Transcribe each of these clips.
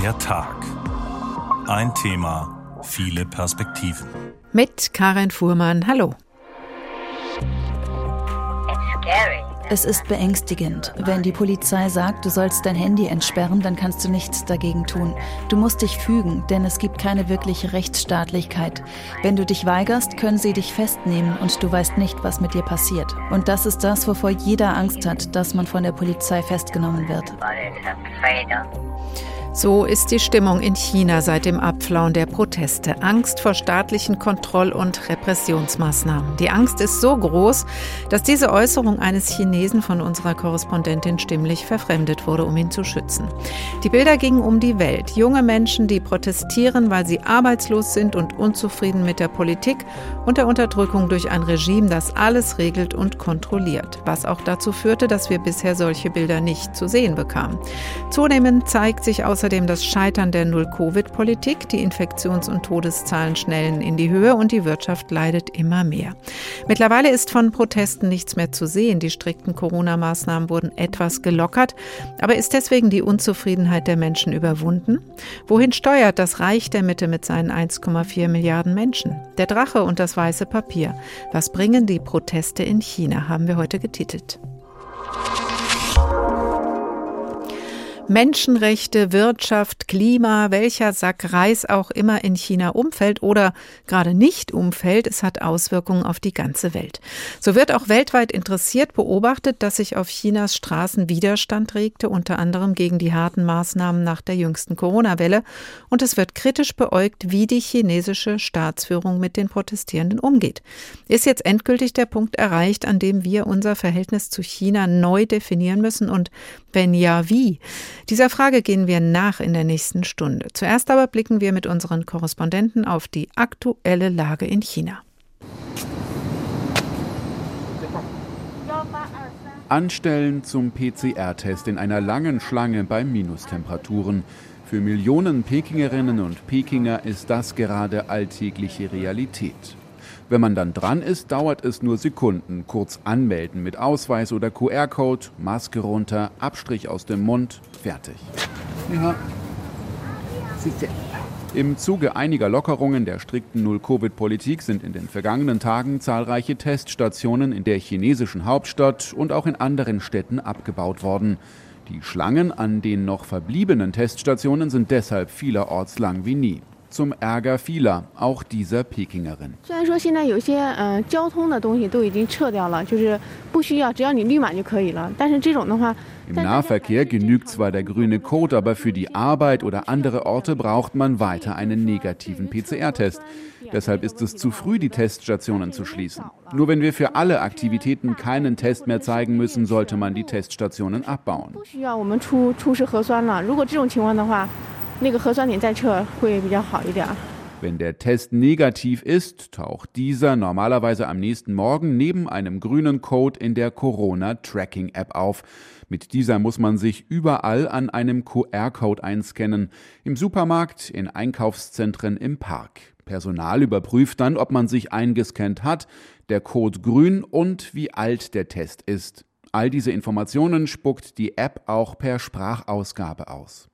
Der Tag. Ein Thema, viele Perspektiven. Mit Karin Fuhrmann, hallo. Es ist beängstigend. Wenn die Polizei sagt, du sollst dein Handy entsperren, dann kannst du nichts dagegen tun. Du musst dich fügen, denn es gibt keine wirkliche Rechtsstaatlichkeit. Wenn du dich weigerst, können sie dich festnehmen und du weißt nicht, was mit dir passiert. Und das ist das, wovor jeder Angst hat, dass man von der Polizei festgenommen wird. So ist die Stimmung in China seit dem Abflauen der Proteste. Angst vor staatlichen Kontroll- und Repressionsmaßnahmen. Die Angst ist so groß, dass diese Äußerung eines Chinesen von unserer Korrespondentin stimmlich verfremdet wurde, um ihn zu schützen. Die Bilder gingen um die Welt. Junge Menschen, die protestieren, weil sie arbeitslos sind und unzufrieden mit der Politik und der Unterdrückung durch ein Regime, das alles regelt und kontrolliert. Was auch dazu führte, dass wir bisher solche Bilder nicht zu sehen bekamen. Zunehmend zeigt sich außerdem das Scheitern der Null-Covid-Politik. Die Infektions- und Todeszahlen schnellen in die Höhe und die Wirtschaft leidet immer mehr. Mittlerweile ist von Protesten nichts mehr zu sehen. Die strikten Corona-Maßnahmen wurden etwas gelockert. Aber ist deswegen die Unzufriedenheit der Menschen überwunden? Wohin steuert das Reich der Mitte mit seinen 1,4 Milliarden Menschen? Der Drache und das weiße Papier. Was bringen die Proteste in China, haben wir heute getitelt. Menschenrechte, Wirtschaft, Klima, welcher Sack Reis auch immer in China umfällt oder gerade nicht umfällt, es hat Auswirkungen auf die ganze Welt. So wird auch weltweit interessiert beobachtet, dass sich auf Chinas Straßen Widerstand regte, unter anderem gegen die harten Maßnahmen nach der jüngsten Corona-Welle. Und es wird kritisch beäugt, wie die chinesische Staatsführung mit den Protestierenden umgeht. Ist jetzt endgültig der Punkt erreicht, an dem wir unser Verhältnis zu China neu definieren müssen? Und wenn ja, wie? Dieser Frage gehen wir nach in der nächsten Stunde. Zuerst aber blicken wir mit unseren Korrespondenten auf die aktuelle Lage in China. Anstellen zum PCR-Test in einer langen Schlange bei Minustemperaturen. Für Millionen Pekingerinnen und Pekinger ist das gerade alltägliche Realität. Wenn man dann dran ist, dauert es nur Sekunden. Kurz anmelden mit Ausweis oder QR-Code, Maske runter, Abstrich aus dem Mund, fertig. Ja. Im Zuge einiger Lockerungen der strikten Null-Covid-Politik sind in den vergangenen Tagen zahlreiche Teststationen in der chinesischen Hauptstadt und auch in anderen Städten abgebaut worden. Die Schlangen an den noch verbliebenen Teststationen sind deshalb vielerorts lang wie nie. Zum Ärger vieler, auch dieser Pekingerin. Im Nahverkehr genügt zwar der grüne Code, aber für die Arbeit oder andere Orte braucht man weiter einen negativen PCR-Test. Deshalb ist es zu früh, die Teststationen zu schließen. Nur wenn wir für alle Aktivitäten keinen Test mehr zeigen müssen, sollte man die Teststationen abbauen. Wenn der Test negativ ist, taucht dieser normalerweise am nächsten Morgen neben einem grünen Code in der Corona-Tracking-App auf. Mit dieser muss man sich überall an einem QR-Code einscannen. Im Supermarkt, in Einkaufszentren, im Park. Personal überprüft dann, ob man sich eingescannt hat, der Code grün und wie alt der Test ist. All diese Informationen spuckt die App auch per Sprachausgabe aus.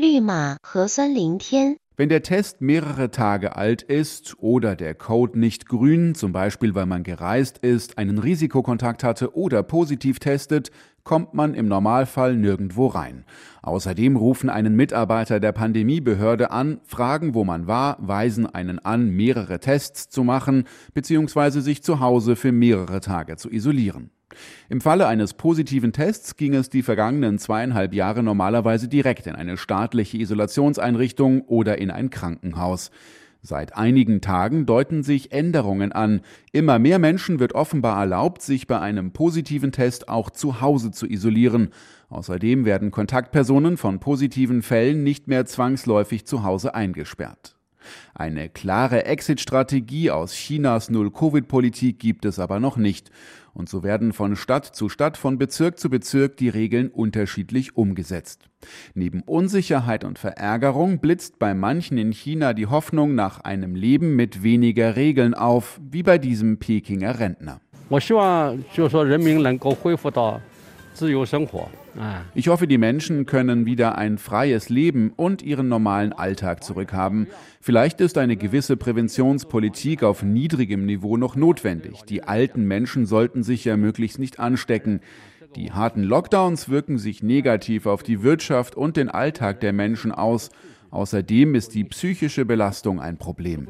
Wenn der Test mehrere Tage alt ist oder der Code nicht grün, zum Beispiel weil man gereist ist, einen Risikokontakt hatte oder positiv testet, kommt man im Normalfall nirgendwo rein. Außerdem rufen einen Mitarbeiter der Pandemiebehörde an, fragen, wo man war, weisen einen an, mehrere Tests zu machen bzw. sich zu Hause für mehrere Tage zu isolieren. Im Falle eines positiven Tests ging es die vergangenen 2,5 Jahre normalerweise direkt in eine staatliche Isolationseinrichtung oder in ein Krankenhaus. Seit einigen Tagen deuten sich Änderungen an. Immer mehr Menschen wird offenbar erlaubt, sich bei einem positiven Test auch zu Hause zu isolieren. Außerdem werden Kontaktpersonen von positiven Fällen nicht mehr zwangsläufig zu Hause eingesperrt. Eine klare Exit-Strategie aus Chinas Null-Covid-Politik gibt es aber noch nicht. Und so werden von Stadt zu Stadt, von Bezirk zu Bezirk die Regeln unterschiedlich umgesetzt. Neben Unsicherheit und Verärgerung blitzt bei manchen in China die Hoffnung nach einem Leben mit weniger Regeln auf, wie bei diesem Pekinger Rentner. Ich hoffe, die Menschen können wieder ein freies Leben und ihren normalen Alltag zurückhaben. Vielleicht ist eine gewisse Präventionspolitik auf niedrigem Niveau noch notwendig. Die alten Menschen sollten sich ja möglichst nicht anstecken. Die harten Lockdowns wirken sich negativ auf die Wirtschaft und den Alltag der Menschen aus. Außerdem ist die psychische Belastung ein Problem.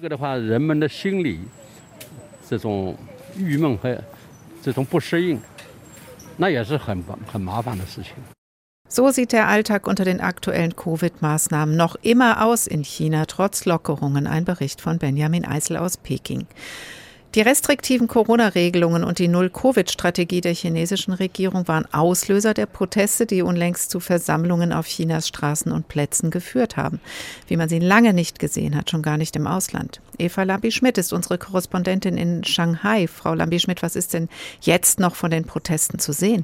So sieht der Alltag unter den aktuellen Covid-Maßnahmen noch immer aus in China, trotz Lockerungen. Ein Bericht von Benjamin Eisel aus Peking. Die restriktiven Corona-Regelungen und die Null-Covid-Strategie der chinesischen Regierung waren Auslöser der Proteste, die unlängst zu Versammlungen auf Chinas Straßen und Plätzen geführt haben. Wie man sie lange nicht gesehen hat, schon gar nicht im Ausland. Eva Lambi-Schmidt ist unsere Korrespondentin in Shanghai. Frau Lambi-Schmidt, was ist denn jetzt noch von den Protesten zu sehen?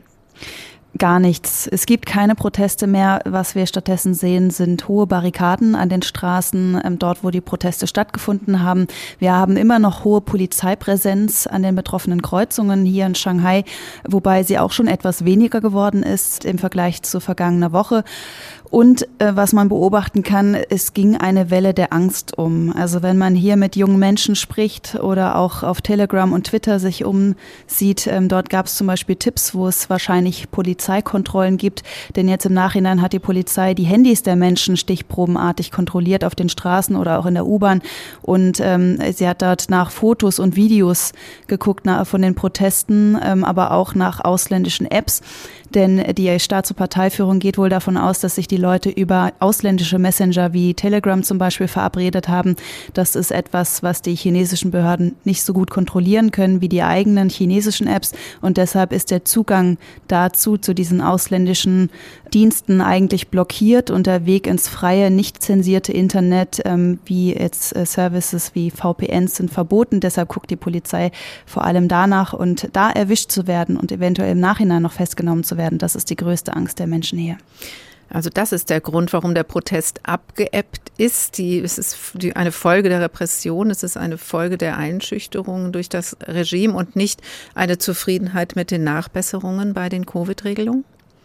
Gar nichts. Es gibt keine Proteste mehr. Was wir stattdessen sehen, sind hohe Barrikaden an den Straßen, dort, wo die Proteste stattgefunden haben. Wir haben immer noch hohe Polizeipräsenz an den betroffenen Kreuzungen hier in Shanghai, wobei sie auch schon etwas weniger geworden ist im Vergleich zu vergangener Woche. Und was man beobachten kann, es ging eine Welle der Angst um. Also wenn man hier mit jungen Menschen spricht oder auch auf Telegram und Twitter sich umsieht, dort gab es zum Beispiel Tipps, wo es wahrscheinlich Polizeikontrollen gibt. Denn jetzt im Nachhinein hat die Polizei die Handys der Menschen stichprobenartig kontrolliert auf den Straßen oder auch in der U-Bahn. Und sie hat dort nach Fotos und Videos geguckt von den Protesten, aber auch nach ausländischen Apps. Denn die Staats- und Parteiführung geht wohl davon aus, dass sich die Leute über ausländische Messenger wie Telegram zum Beispiel verabredet haben. Das ist etwas, was die chinesischen Behörden nicht so gut kontrollieren können wie die eigenen chinesischen Apps. Und deshalb ist der Zugang dazu, zu diesen ausländischen Diensten eigentlich blockiert und der Weg ins freie, nicht zensierte Internet, wie jetzt Services wie VPNs sind verboten. Deshalb guckt die Polizei vor allem danach und da erwischt zu werden und eventuell im Nachhinein noch festgenommen zu werden, das ist die größte Angst der Menschen hier. Also das ist der Grund, warum der Protest abgeebbt ist. Es ist eine Folge der Repression, es ist eine Folge der Einschüchterung durch das Regime und nicht eine Zufriedenheit mit den Nachbesserungen bei den Covid-Regelungen?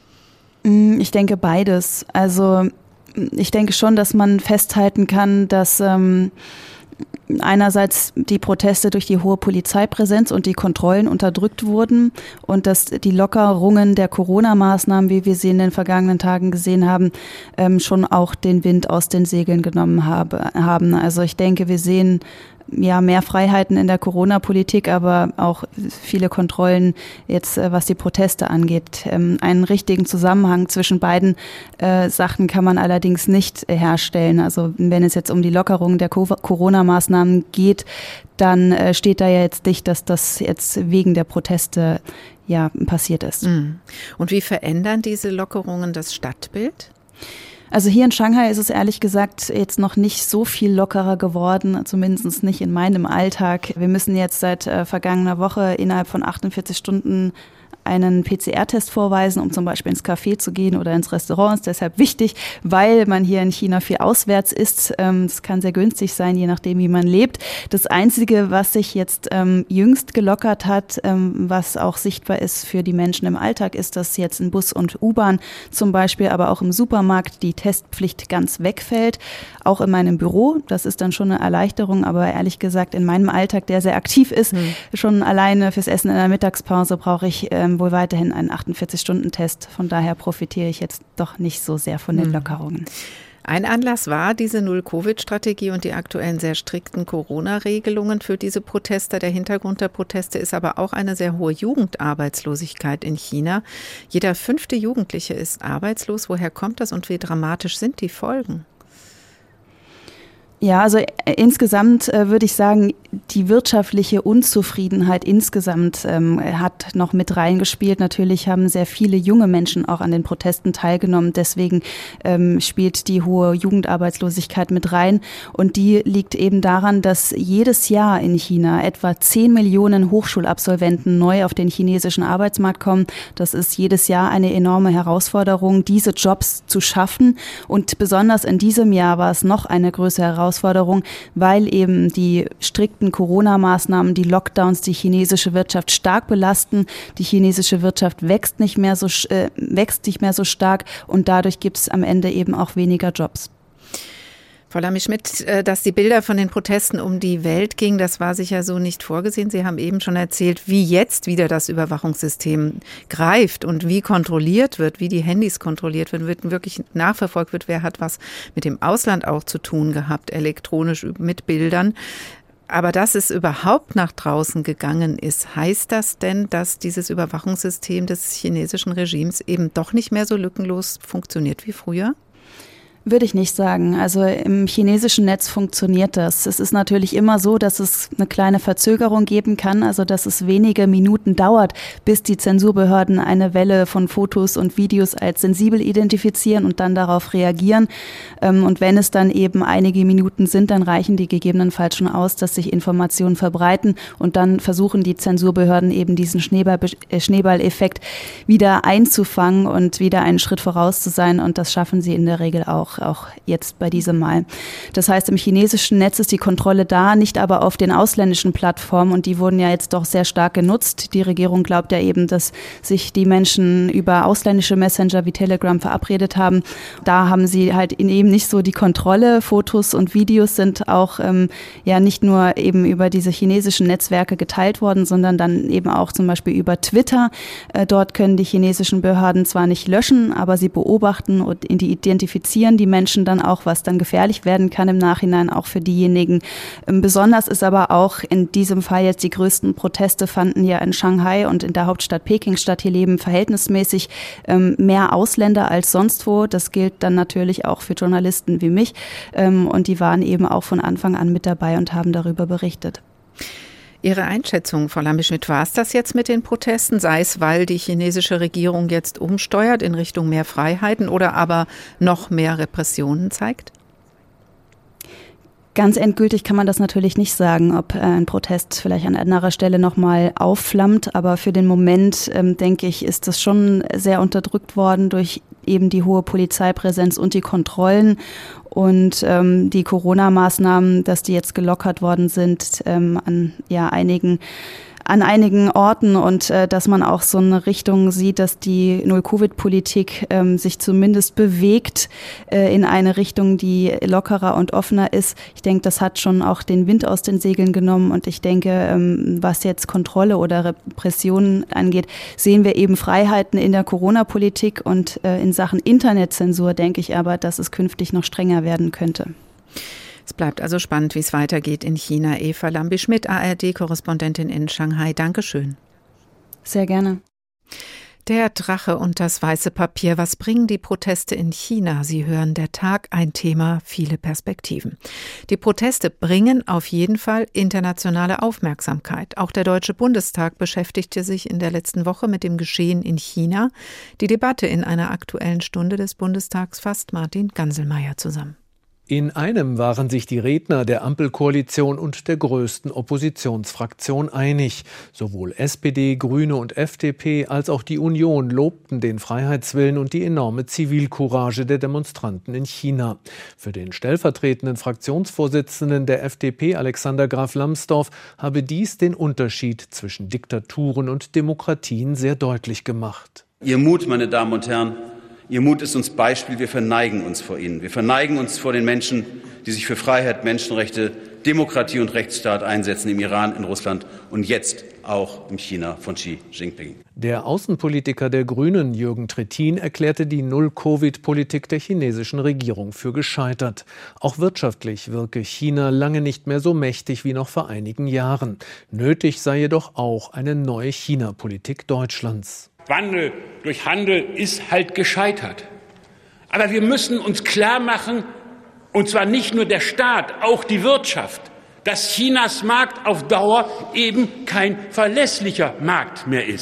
Ich denke beides. Also ich denke schon, dass man festhalten kann, dass einerseits die Proteste durch die hohe Polizeipräsenz und die Kontrollen unterdrückt wurden und dass die Lockerungen der Corona-Maßnahmen, wie wir sie in den vergangenen Tagen gesehen haben, schon auch den Wind aus den Segeln genommen haben. Also ich denke, wir sehen ja mehr Freiheiten in der Corona-Politik, aber auch viele Kontrollen jetzt, was die Proteste angeht. Einen richtigen Zusammenhang zwischen beiden Sachen kann man allerdings nicht herstellen. Also wenn es jetzt um die Lockerung der Corona-Maßnahmen geht, dann steht da ja jetzt nicht, dass das jetzt wegen der Proteste ja passiert ist. Und wie verändern diese Lockerungen das Stadtbild? Also hier in Shanghai ist es ehrlich gesagt jetzt noch nicht so viel lockerer geworden, zumindest nicht in meinem Alltag. Wir müssen jetzt seit vergangener Woche innerhalb von 48 Stunden einen PCR-Test vorweisen, um zum Beispiel ins Café zu gehen oder ins Restaurant. Ist deshalb wichtig, weil man hier in China viel auswärts isst. Das kann sehr günstig sein, je nachdem, wie man lebt. Das Einzige, was sich jetzt jüngst gelockert hat, was auch sichtbar ist für die Menschen im Alltag, ist, dass jetzt in Bus und U-Bahn zum Beispiel, aber auch im Supermarkt die Testpflicht ganz wegfällt. Auch in meinem Büro, das ist dann schon eine Erleichterung, aber ehrlich gesagt in meinem Alltag, der sehr aktiv ist, schon alleine fürs Essen in der Mittagspause brauche ich wohl weiterhin einen 48-Stunden-Test. Von daher profitiere ich jetzt doch nicht so sehr von den Lockerungen. Ein Anlass war diese Null-Covid-Strategie und die aktuellen sehr strikten Corona-Regelungen für diese Proteste. Der Hintergrund der Proteste ist aber auch eine sehr hohe Jugendarbeitslosigkeit in China. Jeder 5. Jugendliche ist arbeitslos. Woher kommt das und wie dramatisch sind die Folgen? Ja, also insgesamt würde ich sagen, die wirtschaftliche Unzufriedenheit insgesamt hat noch mit reingespielt. Natürlich haben sehr viele junge Menschen auch an den Protesten teilgenommen. Deswegen spielt die hohe Jugendarbeitslosigkeit mit rein. Und die liegt eben daran, dass jedes Jahr in China etwa 10 Millionen Hochschulabsolventen neu auf den chinesischen Arbeitsmarkt kommen. Das ist jedes Jahr eine enorme Herausforderung, diese Jobs zu schaffen. Und besonders in diesem Jahr war es noch eine größere Herausforderung, weil eben die strikten strikten Corona-Maßnahmen, die Lockdowns, die chinesische Wirtschaft stark belasten. Die chinesische Wirtschaft wächst nicht mehr so stark und dadurch gibt es am Ende eben auch weniger Jobs. Frau Lamy-Schmidt, dass die Bilder von den Protesten um die Welt gingen, das war sicher so nicht vorgesehen. Sie haben eben schon erzählt, wie jetzt wieder das Überwachungssystem greift und wie kontrolliert wird, wie die Handys kontrolliert werden, wird wirklich nachverfolgt wird, wer hat was mit dem Ausland auch zu tun gehabt, elektronisch mit Bildern. Aber dass es überhaupt nach draußen gegangen ist, heißt das denn, dass dieses Überwachungssystem des chinesischen Regimes eben doch nicht mehr so lückenlos funktioniert wie früher? Würde ich nicht sagen. Also im chinesischen Netz funktioniert das. Es ist natürlich immer so, dass es eine kleine Verzögerung geben kann, also dass es wenige Minuten dauert, bis die Zensurbehörden eine Welle von Fotos und Videos als sensibel identifizieren und dann darauf reagieren. Und wenn es dann eben einige Minuten sind, dann reichen die gegebenenfalls schon aus, dass sich Informationen verbreiten und dann versuchen die Zensurbehörden eben diesen Schneeballeffekt wieder einzufangen und wieder einen Schritt voraus zu sein, und das schaffen sie in der Regel auch jetzt bei diesem Mal. Das heißt, im chinesischen Netz ist die Kontrolle da, nicht aber auf den ausländischen Plattformen, und die wurden ja jetzt doch sehr stark genutzt. Die Regierung glaubt ja eben, dass sich die Menschen über ausländische Messenger wie Telegram verabredet haben. Da haben sie halt eben nicht so die Kontrolle. Fotos und Videos sind auch nicht nur eben über diese chinesischen Netzwerke geteilt worden, sondern dann eben auch zum Beispiel über Twitter. Dort können die chinesischen Behörden zwar nicht löschen, aber sie beobachten und identifizieren die Menschen dann auch, was dann gefährlich werden kann im Nachhinein, auch für diejenigen. Besonders ist aber auch in diesem Fall jetzt, die größten Proteste fanden ja in Shanghai und in der Hauptstadt Peking statt. Hier leben verhältnismäßig mehr Ausländer als sonst wo. Das gilt dann natürlich auch für Journalisten wie mich. Und die waren eben auch von Anfang an mit dabei und haben darüber berichtet. Ihre Einschätzung, Frau Lamy-Schmidt, war es das jetzt mit den Protesten? Sei es, weil die chinesische Regierung jetzt umsteuert in Richtung mehr Freiheiten oder aber noch mehr Repressionen zeigt? Ganz endgültig kann man das natürlich nicht sagen, ob ein Protest vielleicht an anderer Stelle nochmal aufflammt. Aber für den Moment, denke ich, ist das schon sehr unterdrückt worden durch eben die hohe Polizeipräsenz und die Kontrollen. Und die Corona-Maßnahmen, dass die jetzt gelockert worden sind an einigen Orten, und dass man auch so eine Richtung sieht, dass die Null-Covid-Politik sich zumindest bewegt in eine Richtung, die lockerer und offener ist. Ich denke, das hat schon auch den Wind aus den Segeln genommen, und ich denke, was jetzt Kontrolle oder Repression angeht, sehen wir eben Freiheiten in der Corona-Politik, und in Sachen Internetzensur denke ich aber, dass es künftig noch strenger werden könnte. Es bleibt also spannend, wie es weitergeht in China. Eva Lamy-Schmidt, ARD-Korrespondentin in Shanghai. Dankeschön. Sehr gerne. Der Drache und das weiße Papier. Was bringen die Proteste in China? Sie hören der Tag, ein Thema, viele Perspektiven. Die Proteste bringen auf jeden Fall internationale Aufmerksamkeit. Auch der Deutsche Bundestag beschäftigte sich in der letzten Woche mit dem Geschehen in China. Die Debatte in einer Aktuellen Stunde des Bundestags fasst Martin Ganselmeier zusammen. In einem waren sich die Redner der Ampelkoalition und der größten Oppositionsfraktion einig. Sowohl SPD, Grüne und FDP als auch die Union lobten den Freiheitswillen und die enorme Zivilcourage der Demonstranten in China. Für den stellvertretenden Fraktionsvorsitzenden der FDP, Alexander Graf Lambsdorff, habe dies den Unterschied zwischen Diktaturen und Demokratien sehr deutlich gemacht. Ihr Mut, meine Damen und Herren, Ihr Mut ist uns Beispiel, wir verneigen uns vor Ihnen. Wir verneigen uns vor den Menschen, die sich für Freiheit, Menschenrechte, Demokratie und Rechtsstaat einsetzen im Iran, in Russland und jetzt auch in China von Xi Jinping. Der Außenpolitiker der Grünen, Jürgen Trittin, erklärte die Null-Covid-Politik der chinesischen Regierung für gescheitert. Auch wirtschaftlich wirke China lange nicht mehr so mächtig wie noch vor einigen Jahren. Nötig sei jedoch auch eine neue China-Politik Deutschlands. Wandel durch Handel ist halt gescheitert. Aber wir müssen uns klar machen, und zwar nicht nur der Staat, auch die Wirtschaft, dass Chinas Markt auf Dauer eben kein verlässlicher Markt mehr ist.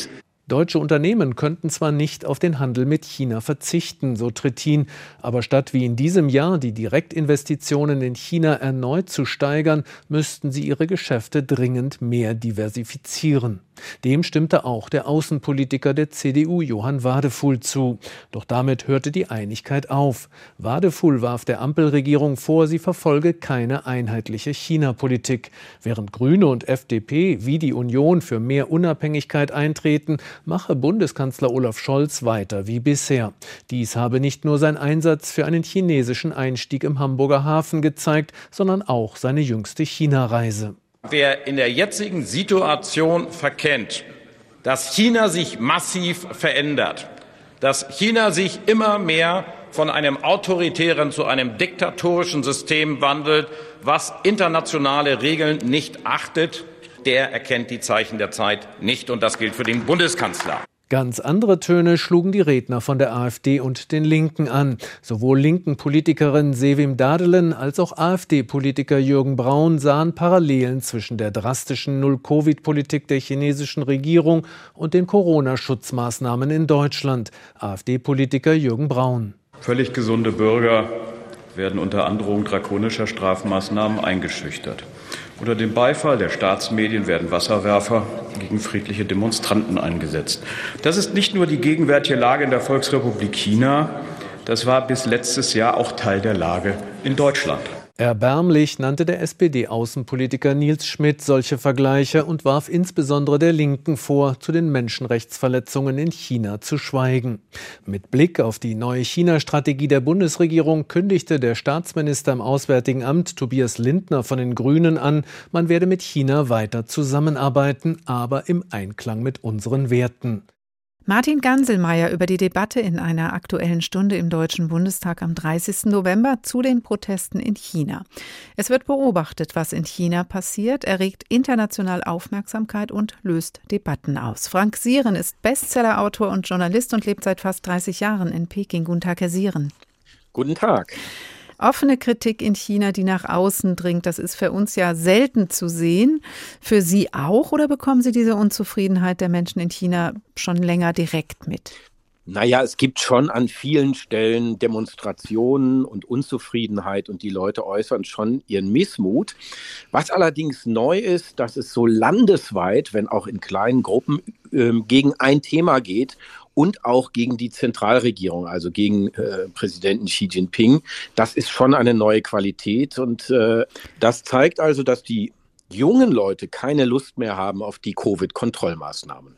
Deutsche Unternehmen könnten zwar nicht auf den Handel mit China verzichten, so Trittin, aber statt wie in diesem Jahr die Direktinvestitionen in China erneut zu steigern, müssten sie ihre Geschäfte dringend mehr diversifizieren. Dem stimmte auch der Außenpolitiker der CDU Johann Wadefuhl zu. Doch damit hörte die Einigkeit auf. Wadefuhl warf der Ampelregierung vor, sie verfolge keine einheitliche China-Politik. Während Grüne und FDP wie die Union für mehr Unabhängigkeit eintreten, mache Bundeskanzler Olaf Scholz weiter wie bisher. Dies habe nicht nur sein Einsatz für einen chinesischen Einstieg im Hamburger Hafen gezeigt, sondern auch seine jüngste China-Reise. Wer in der jetzigen Situation verkennt, dass China sich massiv verändert, dass China sich immer mehr von einem autoritären zu einem diktatorischen System wandelt, was internationale Regeln nicht achtet, der erkennt die Zeichen der Zeit nicht. Und das gilt für den Bundeskanzler. Ganz andere Töne schlugen die Redner von der AfD und den Linken an. Sowohl linken Politikerin Sevim Dadelen als auch AfD-Politiker Jürgen Braun sahen Parallelen zwischen der drastischen Null-Covid-Politik der chinesischen Regierung und den Corona-Schutzmaßnahmen in Deutschland. AfD-Politiker Jürgen Braun. Völlig gesunde Bürger werden unter Androhung drakonischer Strafmaßnahmen eingeschüchtert. Unter dem Beifall der Staatsmedien werden Wasserwerfer gegen friedliche Demonstranten eingesetzt. Das ist nicht nur die gegenwärtige Lage in der Volksrepublik China, das war bis letztes Jahr auch Teil der Lage in Deutschland. Erbärmlich nannte der SPD-Außenpolitiker Nils Schmidt solche Vergleiche und warf insbesondere der Linken vor, zu den Menschenrechtsverletzungen in China zu schweigen. Mit Blick auf die neue China-Strategie der Bundesregierung kündigte der Staatsminister im Auswärtigen Amt Tobias Lindner von den Grünen an, man werde mit China weiter zusammenarbeiten, aber im Einklang mit unseren Werten. Martin Ganselmeier über die Debatte in einer Aktuellen Stunde im Deutschen Bundestag am 30. November zu den Protesten in China. Es wird beobachtet, was in China passiert, erregt international Aufmerksamkeit und löst Debatten aus. Frank Sieren ist Bestsellerautor und Journalist und lebt seit fast 30 Jahren in Peking. Guten Tag, Herr Sieren. Guten Tag. Offene Kritik in China, die nach außen dringt, das ist für uns ja selten zu sehen. Für Sie auch, oder bekommen Sie diese Unzufriedenheit der Menschen in China schon länger direkt mit? Naja, es gibt schon an vielen Stellen Demonstrationen und Unzufriedenheit und die Leute äußern schon ihren Missmut. Was allerdings neu ist, dass es so landesweit, wenn auch in kleinen Gruppen, gegen ein Thema geht. Und auch gegen die Zentralregierung, also gegen Präsidenten Xi Jinping. Das ist schon eine neue Qualität. Und das zeigt also, dass die jungen Leute keine Lust mehr haben auf die Covid-Kontrollmaßnahmen.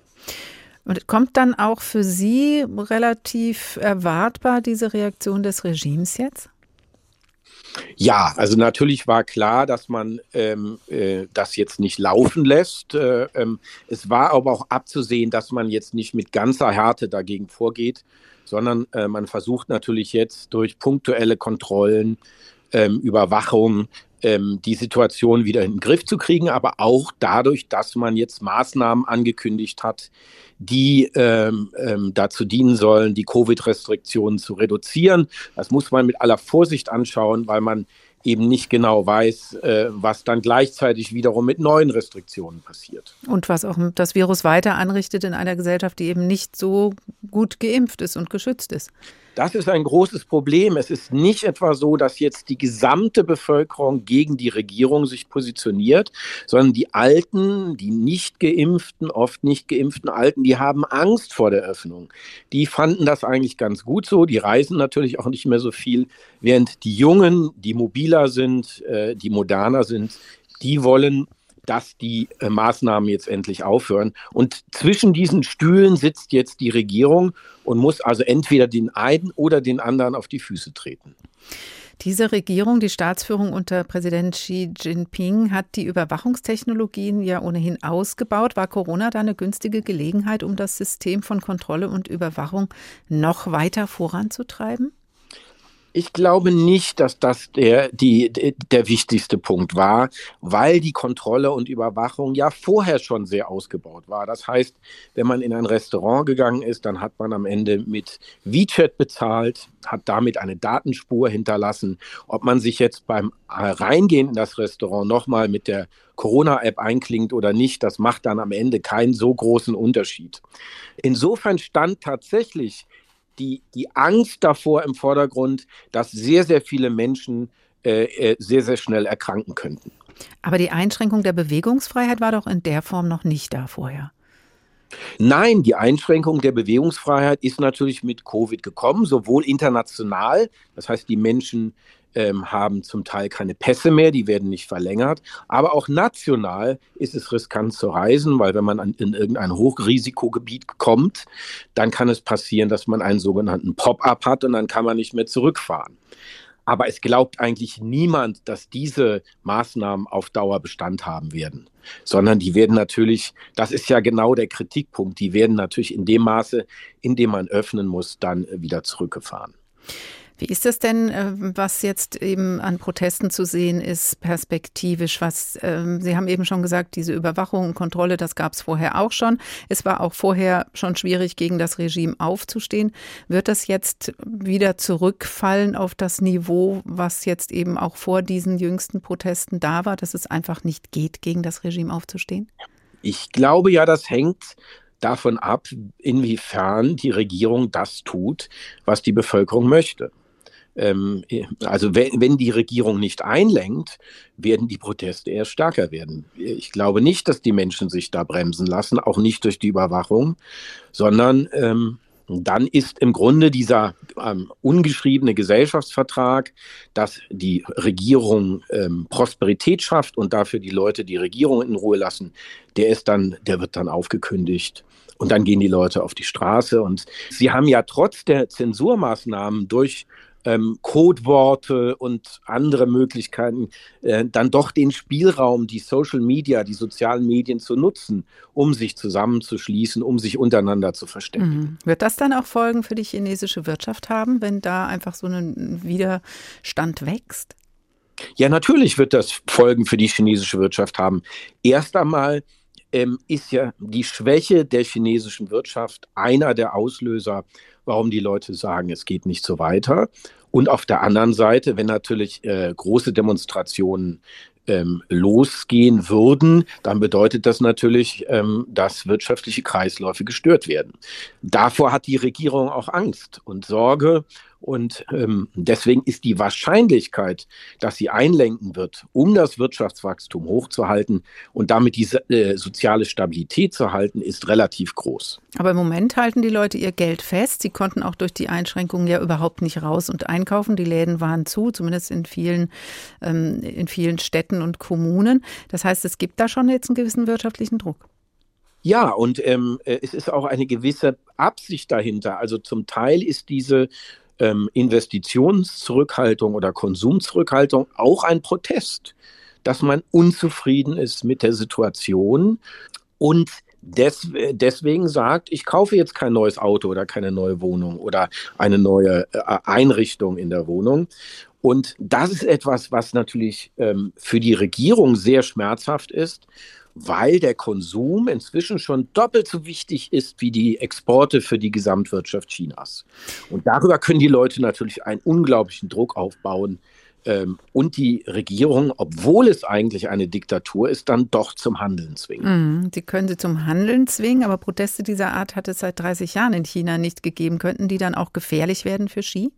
Und kommt dann auch für Sie relativ erwartbar diese Reaktion des Regimes jetzt? Ja, also natürlich war klar, dass man das jetzt nicht laufen lässt. Es war aber auch abzusehen, dass man jetzt nicht mit ganzer Härte dagegen vorgeht, sondern man versucht natürlich jetzt durch punktuelle Kontrollen, Überwachung, die Situation wieder in den Griff zu kriegen, aber auch dadurch, dass man jetzt Maßnahmen angekündigt hat, die dazu dienen sollen, die Covid-Restriktionen zu reduzieren. Das muss man mit aller Vorsicht anschauen, weil man eben nicht genau weiß, was dann gleichzeitig wiederum mit neuen Restriktionen passiert. Und was auch das Virus weiter anrichtet in einer Gesellschaft, die eben nicht so gut geimpft ist und geschützt ist. Das ist ein großes Problem. Es ist nicht etwa so, dass jetzt die gesamte Bevölkerung gegen die Regierung sich positioniert, sondern die Alten, die nicht geimpften, oft nicht geimpften Alten, die haben Angst vor der Öffnung. Die fanden das eigentlich ganz gut so. Die reisen natürlich auch nicht mehr so viel, während die Jungen, die mobiler sind, die moderner sind, die wollen, dass die Maßnahmen jetzt endlich aufhören. Und zwischen diesen Stühlen sitzt jetzt die Regierung und muss also entweder den einen oder den anderen auf die Füße treten. Diese Regierung, die Staatsführung unter Präsident Xi Jinping, hat die Überwachungstechnologien ja ohnehin ausgebaut. War Corona da eine günstige Gelegenheit, um das System von Kontrolle und Überwachung noch weiter voranzutreiben? Ich glaube nicht, dass das der wichtigste Punkt war, weil die Kontrolle und Überwachung ja vorher schon sehr ausgebaut war. Das heißt, wenn man in ein Restaurant gegangen ist, dann hat man am Ende mit WeChat bezahlt, hat damit eine Datenspur hinterlassen. Ob man sich jetzt beim Reingehen in das Restaurant nochmal mit der Corona-App einklingt oder nicht, das macht dann am Ende keinen so großen Unterschied. Insofern stand tatsächlich die Angst davor im Vordergrund, dass sehr, sehr viele Menschen sehr, sehr schnell erkranken könnten. Aber die Einschränkung der Bewegungsfreiheit war doch in der Form noch nicht da vorher. Nein, die Einschränkung der Bewegungsfreiheit ist natürlich mit Covid gekommen, sowohl international, das heißt, die Menschen haben zum Teil keine Pässe mehr, die werden nicht verlängert, aber auch national ist es riskant zu reisen, weil wenn man in irgendein Hochrisikogebiet kommt, dann kann es passieren, dass man einen sogenannten Pop-up hat und dann kann man nicht mehr zurückfahren. Aber es glaubt eigentlich niemand, dass diese Maßnahmen auf Dauer Bestand haben werden, sondern die werden natürlich, das ist ja genau der Kritikpunkt, die werden natürlich in dem Maße, in dem man öffnen muss, dann wieder zurückgefahren. Wie ist das denn, was jetzt eben an Protesten zu sehen ist, perspektivisch? Sie haben eben schon gesagt, diese Überwachung und Kontrolle, das gab es vorher auch schon. Es war auch vorher schon schwierig, gegen das Regime aufzustehen. Wird das jetzt wieder zurückfallen auf das Niveau, was jetzt eben auch vor diesen jüngsten Protesten da war, dass es einfach nicht geht, gegen das Regime aufzustehen? Ich glaube ja, das hängt davon ab, inwiefern die Regierung das tut, was die Bevölkerung möchte. Also wenn die Regierung nicht einlenkt, werden die Proteste erst stärker werden. Ich glaube nicht, dass die Menschen sich da bremsen lassen, auch nicht durch die Überwachung, sondern dann ist im Grunde dieser ungeschriebene Gesellschaftsvertrag, dass die Regierung Prosperität schafft und dafür die Leute die Regierung in Ruhe lassen, der wird dann aufgekündigt. Und dann gehen die Leute auf die Straße. Und sie haben ja trotz der Zensurmaßnahmen durch Codeworte und andere Möglichkeiten, dann doch den Spielraum, die Social Media, die sozialen Medien zu nutzen, um sich zusammenzuschließen, um sich untereinander zu verständigen. Wird das dann auch Folgen für die chinesische Wirtschaft haben, wenn da einfach so ein Widerstand wächst? Ja, natürlich wird das Folgen für die chinesische Wirtschaft haben. Erst einmal ist ja die Schwäche der chinesischen Wirtschaft einer der Auslöser, warum die Leute sagen, es geht nicht so weiter. Und auf der anderen Seite, wenn natürlich große Demonstrationen losgehen würden, dann bedeutet das natürlich, dass wirtschaftliche Kreisläufe gestört werden. Davor hat die Regierung auch Angst und Sorge. Und deswegen ist die Wahrscheinlichkeit, dass sie einlenken wird, um das Wirtschaftswachstum hochzuhalten und damit die soziale Stabilität zu halten, ist relativ groß. Aber im Moment halten die Leute ihr Geld fest. Sie konnten auch durch die Einschränkungen ja überhaupt nicht raus und einkaufen. Die Läden waren zu, zumindest in vielen Städten und Kommunen. Das heißt, es gibt da schon jetzt einen gewissen wirtschaftlichen Druck. Ja, und es ist auch eine gewisse Absicht dahinter. Also zum Teil ist diese Investitionszurückhaltung oder Konsumzurückhaltung auch ein Protest, dass man unzufrieden ist mit der Situation und deswegen sagt, ich kaufe jetzt kein neues Auto oder keine neue Wohnung oder eine neue Einrichtung in der Wohnung. Und das ist etwas, was natürlich für die Regierung sehr schmerzhaft ist, weil der Konsum inzwischen schon doppelt so wichtig ist wie die Exporte für die Gesamtwirtschaft Chinas. Und darüber können die Leute natürlich einen unglaublichen Druck aufbauen und die Regierung, obwohl es eigentlich eine Diktatur ist, dann doch zum Handeln zwingen. Sie können sie zum Handeln zwingen, aber Proteste dieser Art hat es seit 30 Jahren in China nicht gegeben. Könnten die dann auch gefährlich werden für Xi?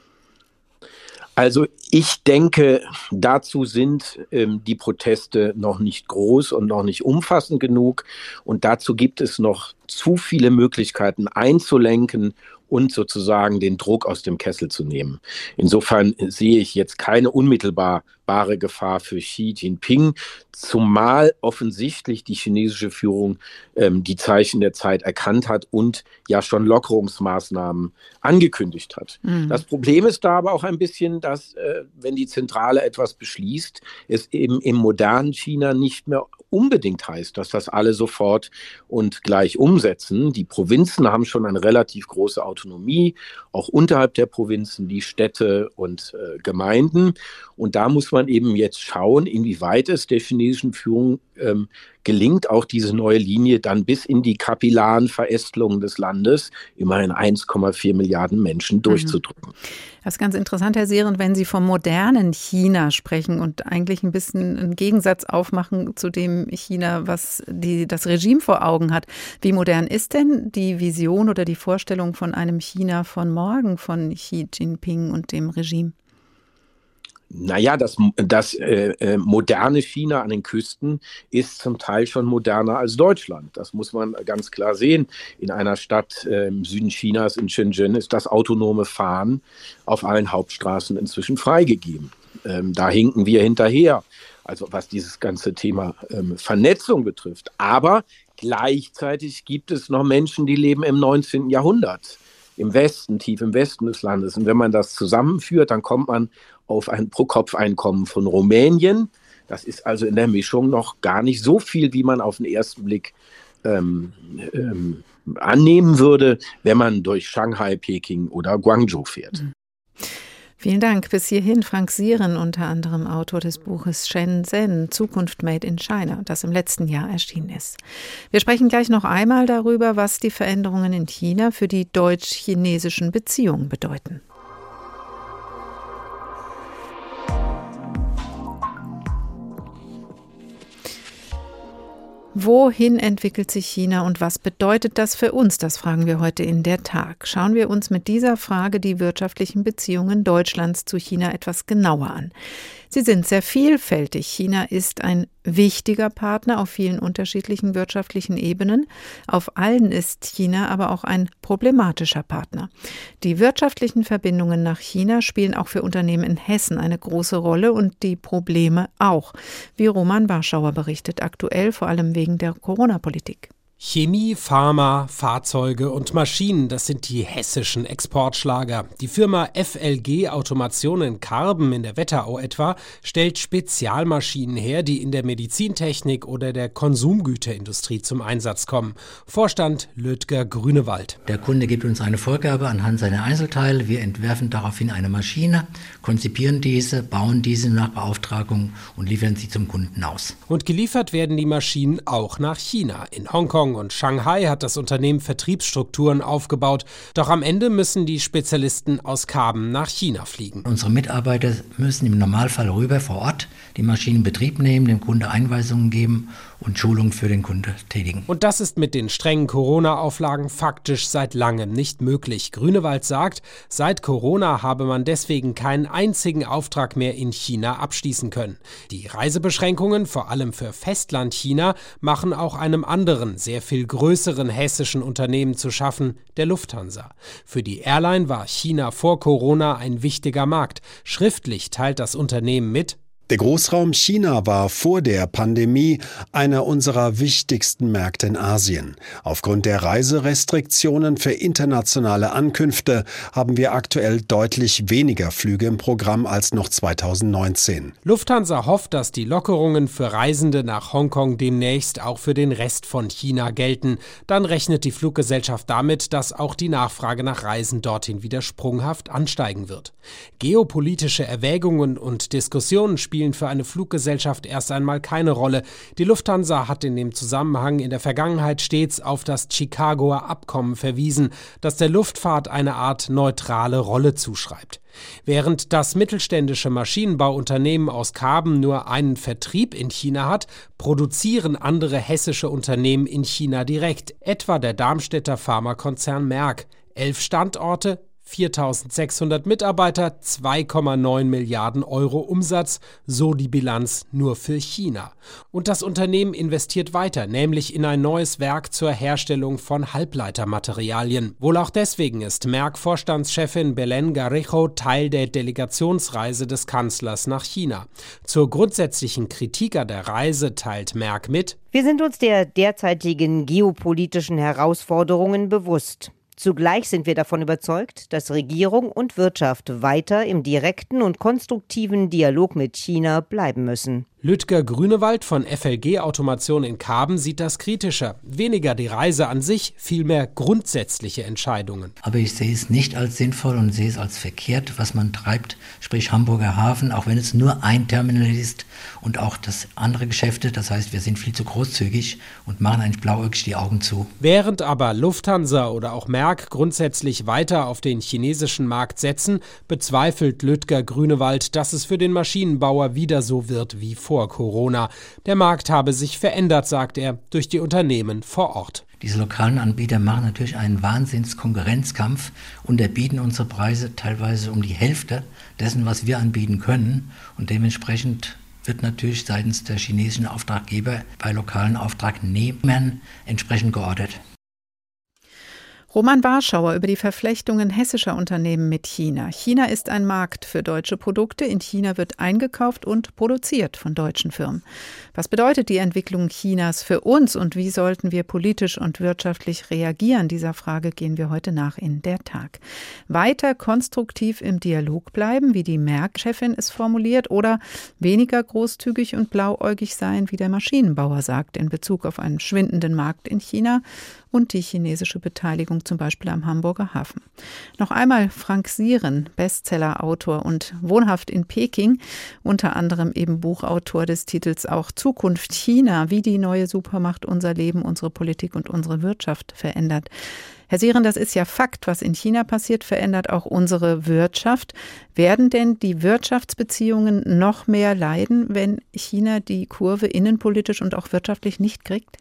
Also ich denke, dazu sind die Proteste noch nicht groß und noch nicht umfassend genug. Und dazu gibt es noch zu viele Möglichkeiten einzulenken und sozusagen den Druck aus dem Kessel zu nehmen. Insofern sehe ich jetzt keine unmittelbare Gefahr für Xi Jinping, zumal offensichtlich die chinesische Führung die Zeichen der Zeit erkannt hat und ja schon Lockerungsmaßnahmen angekündigt hat. Das Problem ist da aber auch ein bisschen, dass wenn die Zentrale etwas beschließt, es eben im modernen China nicht mehr unbedingt heißt, dass das alle sofort und gleich umsetzen. Die Provinzen haben schon eine relativ große Autonomie, auch unterhalb der Provinzen, die Städte und Gemeinden. Und da muss man eben jetzt schauen, inwieweit es der chinesischen Führung gelingt, auch diese neue Linie dann bis in die kapillaren Verästelungen des Landes, immerhin 1,4 Milliarden Menschen, durchzudrücken. Das ist ganz interessant, Herr Seerendt, wenn Sie vom modernen China sprechen und eigentlich ein bisschen einen Gegensatz aufmachen zu dem China, was das Regime vor Augen hat. Wie modern ist denn die Vision oder die Vorstellung von einem China von morgen von Xi Jinping und dem Regime? Naja, das moderne China an den Küsten ist zum Teil schon moderner als Deutschland. Das muss man ganz klar sehen. In einer Stadt im Süden Chinas, in Shenzhen, ist das autonome Fahren auf allen Hauptstraßen inzwischen freigegeben. Da hinken wir hinterher, also was dieses ganze Thema Vernetzung betrifft. Aber gleichzeitig gibt es noch Menschen, die leben im 19. Jahrhundert, im Westen, tief im Westen des Landes. Und wenn man das zusammenführt, dann kommt man auf ein Pro-Kopf-Einkommen von Rumänien. Das ist also in der Mischung noch gar nicht so viel, wie man auf den ersten Blick annehmen würde, wenn man durch Shanghai, Peking oder Guangzhou fährt. Vielen Dank. Bis hierhin Frank Sieren, unter anderem Autor des Buches Shenzhen, Zukunft Made in China, das im letzten Jahr erschienen ist. Wir sprechen gleich noch einmal darüber, was die Veränderungen in China für die deutsch-chinesischen Beziehungen bedeuten. Wohin entwickelt sich China und was bedeutet das für uns? Das fragen wir heute in der Tag. Schauen wir uns mit dieser Frage die wirtschaftlichen Beziehungen Deutschlands zu China etwas genauer an. Sie sind sehr vielfältig. China ist ein wichtiger Partner auf vielen unterschiedlichen wirtschaftlichen Ebenen. Auf allen ist China aber auch ein problematischer Partner. Die wirtschaftlichen Verbindungen nach China spielen auch für Unternehmen in Hessen eine große Rolle und die Probleme auch, wie Roman Warschauer berichtet, aktuell vor allem wegen der Corona-Politik. Chemie, Pharma, Fahrzeuge und Maschinen, das sind die hessischen Exportschlager. Die Firma FLG Automation in Karben in der Wetterau etwa stellt Spezialmaschinen her, die in der Medizintechnik oder der Konsumgüterindustrie zum Einsatz kommen. Vorstand Lödger Grünewald. Der Kunde gibt uns eine Vorgabe anhand seiner Einzelteile. Wir entwerfen daraufhin eine Maschine, konzipieren diese, bauen diese nach Beauftragung und liefern sie zum Kunden aus. Und geliefert werden die Maschinen auch nach China. In Hongkong und Shanghai hat das Unternehmen Vertriebsstrukturen aufgebaut. Doch am Ende müssen die Spezialisten aus Karben nach China fliegen. Unsere Mitarbeiter müssen im Normalfall rüber vor Ort die Maschinen in Betrieb nehmen, dem Kunde Einweisungen geben und Schulungen für den Kunde tätigen. Und das ist mit den strengen Corona-Auflagen faktisch seit langem nicht möglich. Grünewald sagt, seit Corona habe man deswegen keinen einzigen Auftrag mehr in China abschließen können. Die Reisebeschränkungen, vor allem für Festland-China, machen auch einem anderen, sehr viel größeren hessischen Unternehmen zu schaffen, der Lufthansa. Für die Airline war China vor Corona ein wichtiger Markt. Schriftlich teilt das Unternehmen mit: Der Großraum China war vor der Pandemie einer unserer wichtigsten Märkte in Asien. Aufgrund der Reiserestriktionen für internationale Ankünfte haben wir aktuell deutlich weniger Flüge im Programm als noch 2019. Lufthansa hofft, dass die Lockerungen für Reisende nach Hongkong demnächst auch für den Rest von China gelten. Dann rechnet die Fluggesellschaft damit, dass auch die Nachfrage nach Reisen dorthin wieder sprunghaft ansteigen wird. Geopolitische Erwägungen und Diskussionen spielen für eine Fluggesellschaft erst einmal keine Rolle. Die Lufthansa hat in dem Zusammenhang in der Vergangenheit stets auf das Chicagoer Abkommen verwiesen, das der Luftfahrt eine Art neutrale Rolle zuschreibt. Während das mittelständische Maschinenbauunternehmen aus Karben nur einen Vertrieb in China hat, produzieren andere hessische Unternehmen in China direkt, etwa der Darmstädter Pharmakonzern Merck. 11 Standorte, 4.600 Mitarbeiter, 2,9 Milliarden Euro Umsatz, so die Bilanz nur für China. Und das Unternehmen investiert weiter, nämlich in ein neues Werk zur Herstellung von Halbleitermaterialien. Wohl auch deswegen ist Merck-Vorstandschefin Belén Garijo Teil der Delegationsreise des Kanzlers nach China. Zur grundsätzlichen Kritik an der Reise teilt Merck mit: Wir sind uns der derzeitigen geopolitischen Herausforderungen bewusst. Zugleich sind wir davon überzeugt, dass Regierung und Wirtschaft weiter im direkten und konstruktiven Dialog mit China bleiben müssen. Lütger Grünewald von FLG Automation in Karben sieht das kritischer. Weniger die Reise an sich, vielmehr grundsätzliche Entscheidungen. Aber ich sehe es nicht als sinnvoll und sehe es als verkehrt, was man treibt, sprich Hamburger Hafen, auch wenn es nur ein Terminal ist und auch das andere Geschäfte. Das heißt, wir sind viel zu großzügig und machen eigentlich blauäugig die Augen zu. Während aber Lufthansa oder auch Merck grundsätzlich weiter auf den chinesischen Markt setzen, bezweifelt Lütger Grünewald, dass es für den Maschinenbauer wieder so wird wie vor Corona. Der Markt habe sich verändert, sagt er, durch die Unternehmen vor Ort. Diese lokalen Anbieter machen natürlich einen Wahnsinns-Konkurrenzkampf und erbieten unsere Preise teilweise um die Hälfte dessen, was wir anbieten können. Und dementsprechend wird natürlich seitens der chinesischen Auftraggeber bei lokalen Auftragnehmern entsprechend geordert. Roman Warschauer über die Verflechtungen hessischer Unternehmen mit China. China ist ein Markt für deutsche Produkte. In China wird eingekauft und produziert von deutschen Firmen. Was bedeutet die Entwicklung Chinas für uns und wie sollten wir politisch und wirtschaftlich reagieren? Dieser Frage gehen wir heute nach in der Tag. Weiter konstruktiv im Dialog bleiben, wie die Merck-Chefin es formuliert, oder weniger großzügig und blauäugig sein, wie der Maschinenbauer sagt, in Bezug auf einen schwindenden Markt in China und die chinesische Beteiligung zum Beispiel am Hamburger Hafen. Noch einmal Frank Sieren, Bestseller-Autor und wohnhaft in Peking, unter anderem eben Buchautor des Titels auch Zukunft China, wie die neue Supermacht unser Leben, unsere Politik und unsere Wirtschaft verändert. Herr Sieren, das ist ja Fakt, was in China passiert, verändert auch unsere Wirtschaft. Werden denn die Wirtschaftsbeziehungen noch mehr leiden, wenn China die Kurve innenpolitisch und auch wirtschaftlich nicht kriegt?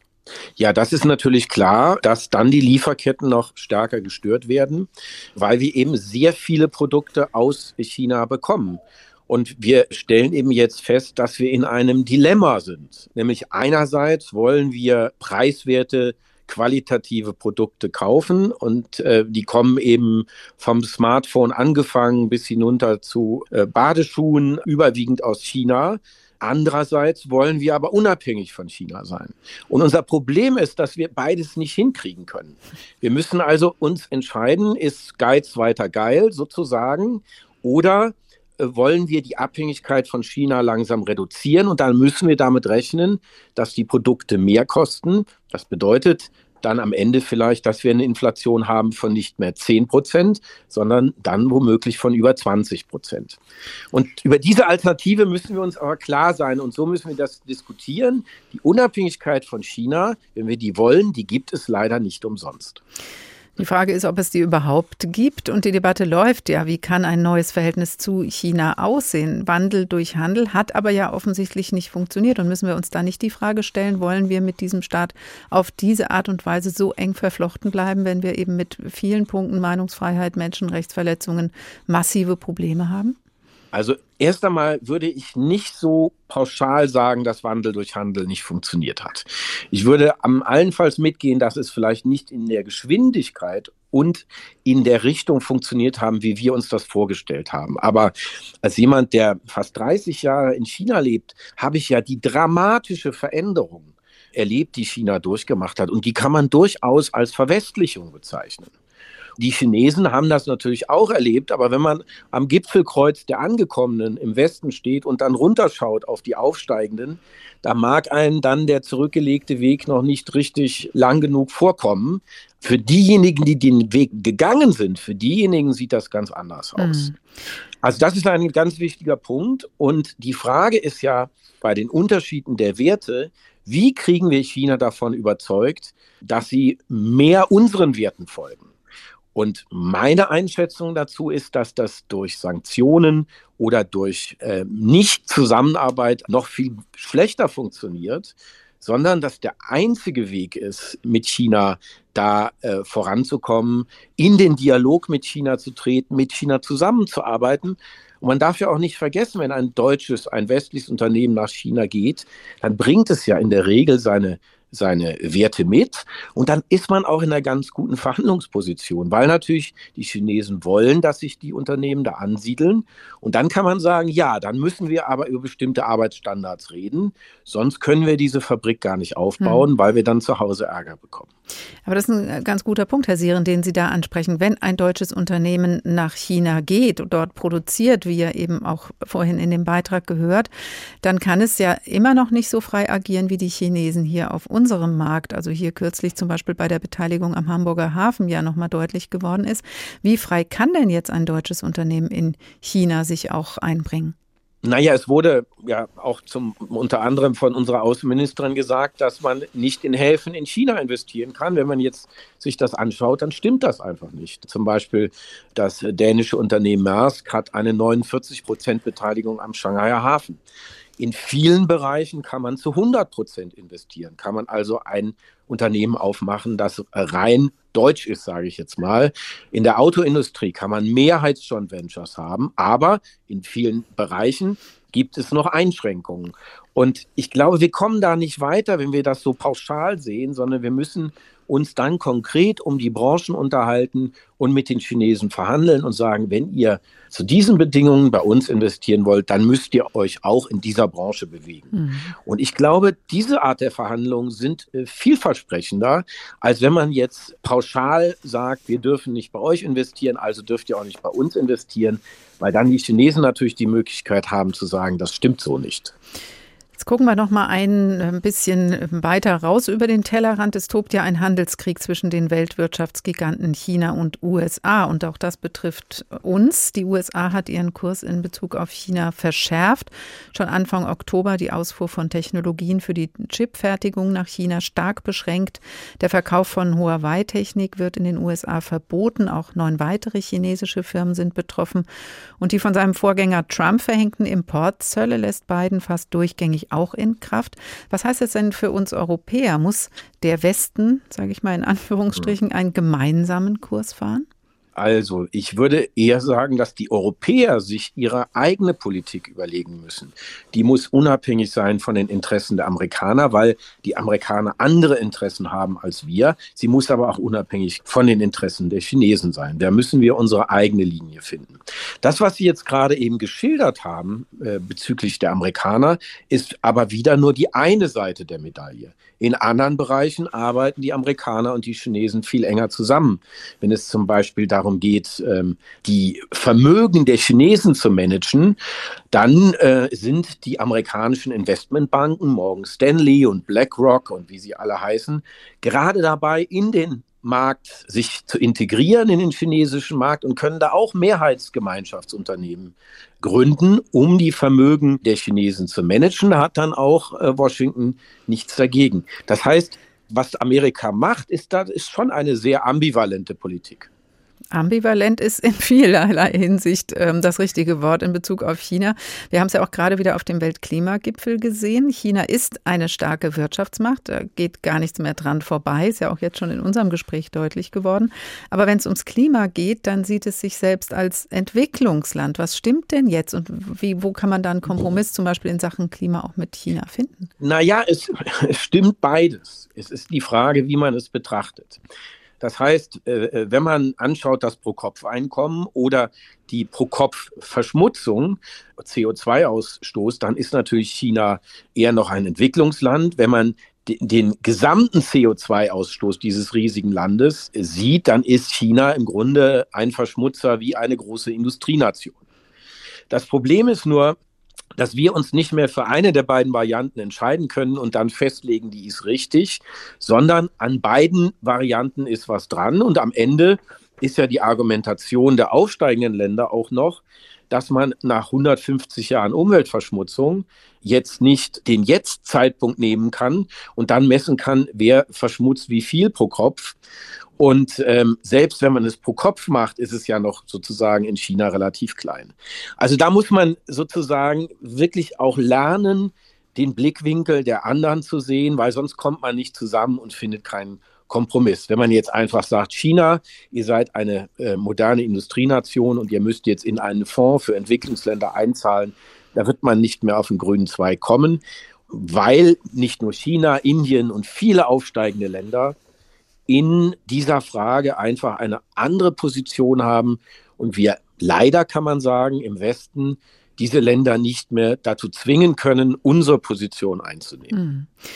Ja, das ist natürlich klar, dass dann die Lieferketten noch stärker gestört werden, weil wir eben sehr viele Produkte aus China bekommen. Und wir stellen eben jetzt fest, dass wir in einem Dilemma sind. Nämlich einerseits wollen wir preiswerte, qualitative Produkte kaufen und die kommen eben vom Smartphone angefangen bis hinunter zu Badeschuhen, überwiegend aus China. Andererseits wollen wir aber unabhängig von China sein. Und unser Problem ist, dass wir beides nicht hinkriegen können. Wir müssen also uns entscheiden, ist Geiz weiter geil sozusagen, oder wollen wir die Abhängigkeit von China langsam reduzieren, und dann müssen wir damit rechnen, dass die Produkte mehr kosten. Das bedeutet dann am Ende vielleicht, dass wir eine Inflation haben von nicht mehr 10%, sondern dann womöglich von über 20%. Und über diese Alternative müssen wir uns aber klar sein, und so müssen wir das diskutieren. Die Unabhängigkeit von China, wenn wir die wollen, die gibt es leider nicht umsonst. Die Frage ist, ob es die überhaupt gibt, und die Debatte läuft ja. Wie kann ein neues Verhältnis zu China aussehen? Wandel durch Handel hat aber ja offensichtlich nicht funktioniert, und müssen wir uns da nicht die Frage stellen, wollen wir mit diesem Staat auf diese Art und Weise so eng verflochten bleiben, wenn wir eben mit vielen Punkten Meinungsfreiheit, Menschenrechtsverletzungen massive Probleme haben? Also erst einmal würde ich nicht so pauschal sagen, dass Wandel durch Handel nicht funktioniert hat. Ich würde allenfalls mitgehen, dass es vielleicht nicht in der Geschwindigkeit und in der Richtung funktioniert haben, wie wir uns das vorgestellt haben. Aber als jemand, der fast 30 Jahre in China lebt, habe ich ja die dramatische Veränderung erlebt, die China durchgemacht hat. Und die kann man durchaus als Verwestlichung bezeichnen. Die Chinesen haben das natürlich auch erlebt, aber wenn man am Gipfelkreuz der Angekommenen im Westen steht und dann runterschaut auf die Aufsteigenden, da mag einem dann der zurückgelegte Weg noch nicht richtig lang genug vorkommen. Für diejenigen, die den Weg gegangen sind, für diejenigen sieht das ganz anders aus. Also das ist ein ganz wichtiger Punkt, und die Frage ist ja bei den Unterschieden der Werte, wie kriegen wir China davon überzeugt, dass sie mehr unseren Werten folgen? Und meine Einschätzung dazu ist, dass das durch Sanktionen oder durch Nicht-Zusammenarbeit noch viel schlechter funktioniert, sondern dass der einzige Weg ist, mit China da voranzukommen, in den Dialog mit China zu treten, mit China zusammenzuarbeiten. Und man darf ja auch nicht vergessen, wenn ein westliches Unternehmen nach China geht, dann bringt es ja in der Regel seine Werte mit, und dann ist man auch in einer ganz guten Verhandlungsposition, weil natürlich die Chinesen wollen, dass sich die Unternehmen da ansiedeln, und dann kann man sagen, ja, dann müssen wir aber über bestimmte Arbeitsstandards reden, sonst können wir diese Fabrik gar nicht aufbauen, weil wir dann zu Hause Ärger bekommen. Aber das ist ein ganz guter Punkt, Herr Sieren, den Sie da ansprechen. Wenn ein deutsches Unternehmen nach China geht und dort produziert, wie ja eben auch vorhin in dem Beitrag gehört, dann kann es ja immer noch nicht so frei agieren wie die Chinesen hier auf unserem Markt. Also hier kürzlich zum Beispiel bei der Beteiligung am Hamburger Hafen ja nochmal deutlich geworden ist. Wie frei kann denn jetzt ein deutsches Unternehmen in China sich auch einbringen? Naja, es wurde ja auch unter anderem von unserer Außenministerin gesagt, dass man nicht in Häfen in China investieren kann. Wenn man jetzt sich das anschaut, dann stimmt das einfach nicht. Zum Beispiel das dänische Unternehmen Maersk hat eine 49% Beteiligung am Shanghaier Hafen. In vielen Bereichen kann man zu 100% investieren, kann man also ein Unternehmen aufmachen, das rein deutsch ist, sage ich jetzt mal. In der Autoindustrie kann man Mehrheits-Joint Ventures haben, aber in vielen Bereichen gibt es noch Einschränkungen. Und ich glaube, wir kommen da nicht weiter, wenn wir das so pauschal sehen, sondern wir müssen uns dann konkret um die Branchen unterhalten und mit den Chinesen verhandeln und sagen, wenn ihr zu diesen Bedingungen bei uns investieren wollt, dann müsst ihr euch auch in dieser Branche bewegen. Mhm. Und ich glaube, diese Art der Verhandlungen sind vielversprechender, als wenn man jetzt pauschal sagt, wir dürfen nicht bei euch investieren, also dürft ihr auch nicht bei uns investieren, weil dann die Chinesen natürlich die Möglichkeit haben zu sagen, das stimmt so nicht. Jetzt gucken wir noch mal ein bisschen weiter raus über den Tellerrand. Es tobt ja ein Handelskrieg zwischen den Weltwirtschaftsgiganten China und USA. Und auch das betrifft uns. Die USA hat ihren Kurs in Bezug auf China verschärft. Schon Anfang Oktober die Ausfuhr von Technologien für die Chipfertigung nach China stark beschränkt. Der Verkauf von Huawei-Technik wird in den USA verboten. Auch 9 weitere chinesische Firmen sind betroffen. Und die von seinem Vorgänger Trump verhängten Importzölle lässt Biden fast durchgängig auch in Kraft. Was heißt das denn für uns Europäer? Muss der Westen, sage ich mal in Anführungsstrichen, einen gemeinsamen Kurs fahren? Also, ich würde eher sagen, dass die Europäer sich ihre eigene Politik überlegen müssen. Die muss unabhängig sein von den Interessen der Amerikaner, weil die Amerikaner andere Interessen haben als wir. Sie muss aber auch unabhängig von den Interessen der Chinesen sein. Da müssen wir unsere eigene Linie finden. Das, was Sie jetzt gerade eben geschildert haben bezüglich der Amerikaner, ist aber wieder nur die eine Seite der Medaille. In anderen Bereichen arbeiten die Amerikaner und die Chinesen viel enger zusammen. Wenn es zum Beispiel darum geht, die Vermögen der Chinesen zu managen, dann sind die amerikanischen Investmentbanken, Morgan Stanley und BlackRock und wie sie alle heißen, gerade dabei, in den Markt sich zu integrieren, in den chinesischen Markt, und können da auch Mehrheitsgemeinschaftsunternehmen gründen, um die Vermögen der Chinesen zu managen. Da hat dann auch Washington nichts dagegen. Das heißt, was Amerika macht, ist schon eine sehr ambivalente Politik. Ambivalent ist in vielerlei Hinsicht das richtige Wort in Bezug auf China. Wir haben es ja auch gerade wieder auf dem Weltklimagipfel gesehen. China ist eine starke Wirtschaftsmacht, da geht gar nichts mehr dran vorbei, ist ja auch jetzt schon in unserem Gespräch deutlich geworden. Aber wenn es ums Klima geht, dann sieht es sich selbst als Entwicklungsland. Was stimmt denn jetzt und wo kann man da einen Kompromiss zum Beispiel in Sachen Klima auch mit China finden? Naja, es stimmt beides. Es ist die Frage, wie man es betrachtet. Das heißt, wenn man anschaut das Pro-Kopf-Einkommen oder die Pro-Kopf-Verschmutzung, CO2-Ausstoß, dann ist natürlich China eher noch ein Entwicklungsland. Wenn man den gesamten CO2-Ausstoß dieses riesigen Landes sieht, dann ist China im Grunde ein Verschmutzer wie eine große Industrienation. Das Problem ist nur, dass wir uns nicht mehr für eine der beiden Varianten entscheiden können und dann festlegen, die ist richtig, sondern an beiden Varianten ist was dran. Und am Ende ist ja die Argumentation der aufsteigenden Länder auch noch, dass man nach 150 Jahren Umweltverschmutzung jetzt nicht den Jetzt-Zeitpunkt nehmen kann und dann messen kann, wer verschmutzt wie viel pro Kopf. Und selbst wenn man es pro Kopf macht, ist es ja noch sozusagen in China relativ klein. Also da muss man sozusagen wirklich auch lernen, den Blickwinkel der anderen zu sehen, weil sonst kommt man nicht zusammen und findet keinen Kompromiss. Wenn man jetzt einfach sagt, China, ihr seid eine moderne Industrienation und ihr müsst jetzt in einen Fonds für Entwicklungsländer einzahlen, da wird man nicht mehr auf den grünen Zweig kommen, weil nicht nur China, Indien und viele aufsteigende Länder in dieser Frage einfach eine andere Position haben und wir leider, kann man sagen, im Westen diese Länder nicht mehr dazu zwingen können, unsere Position einzunehmen.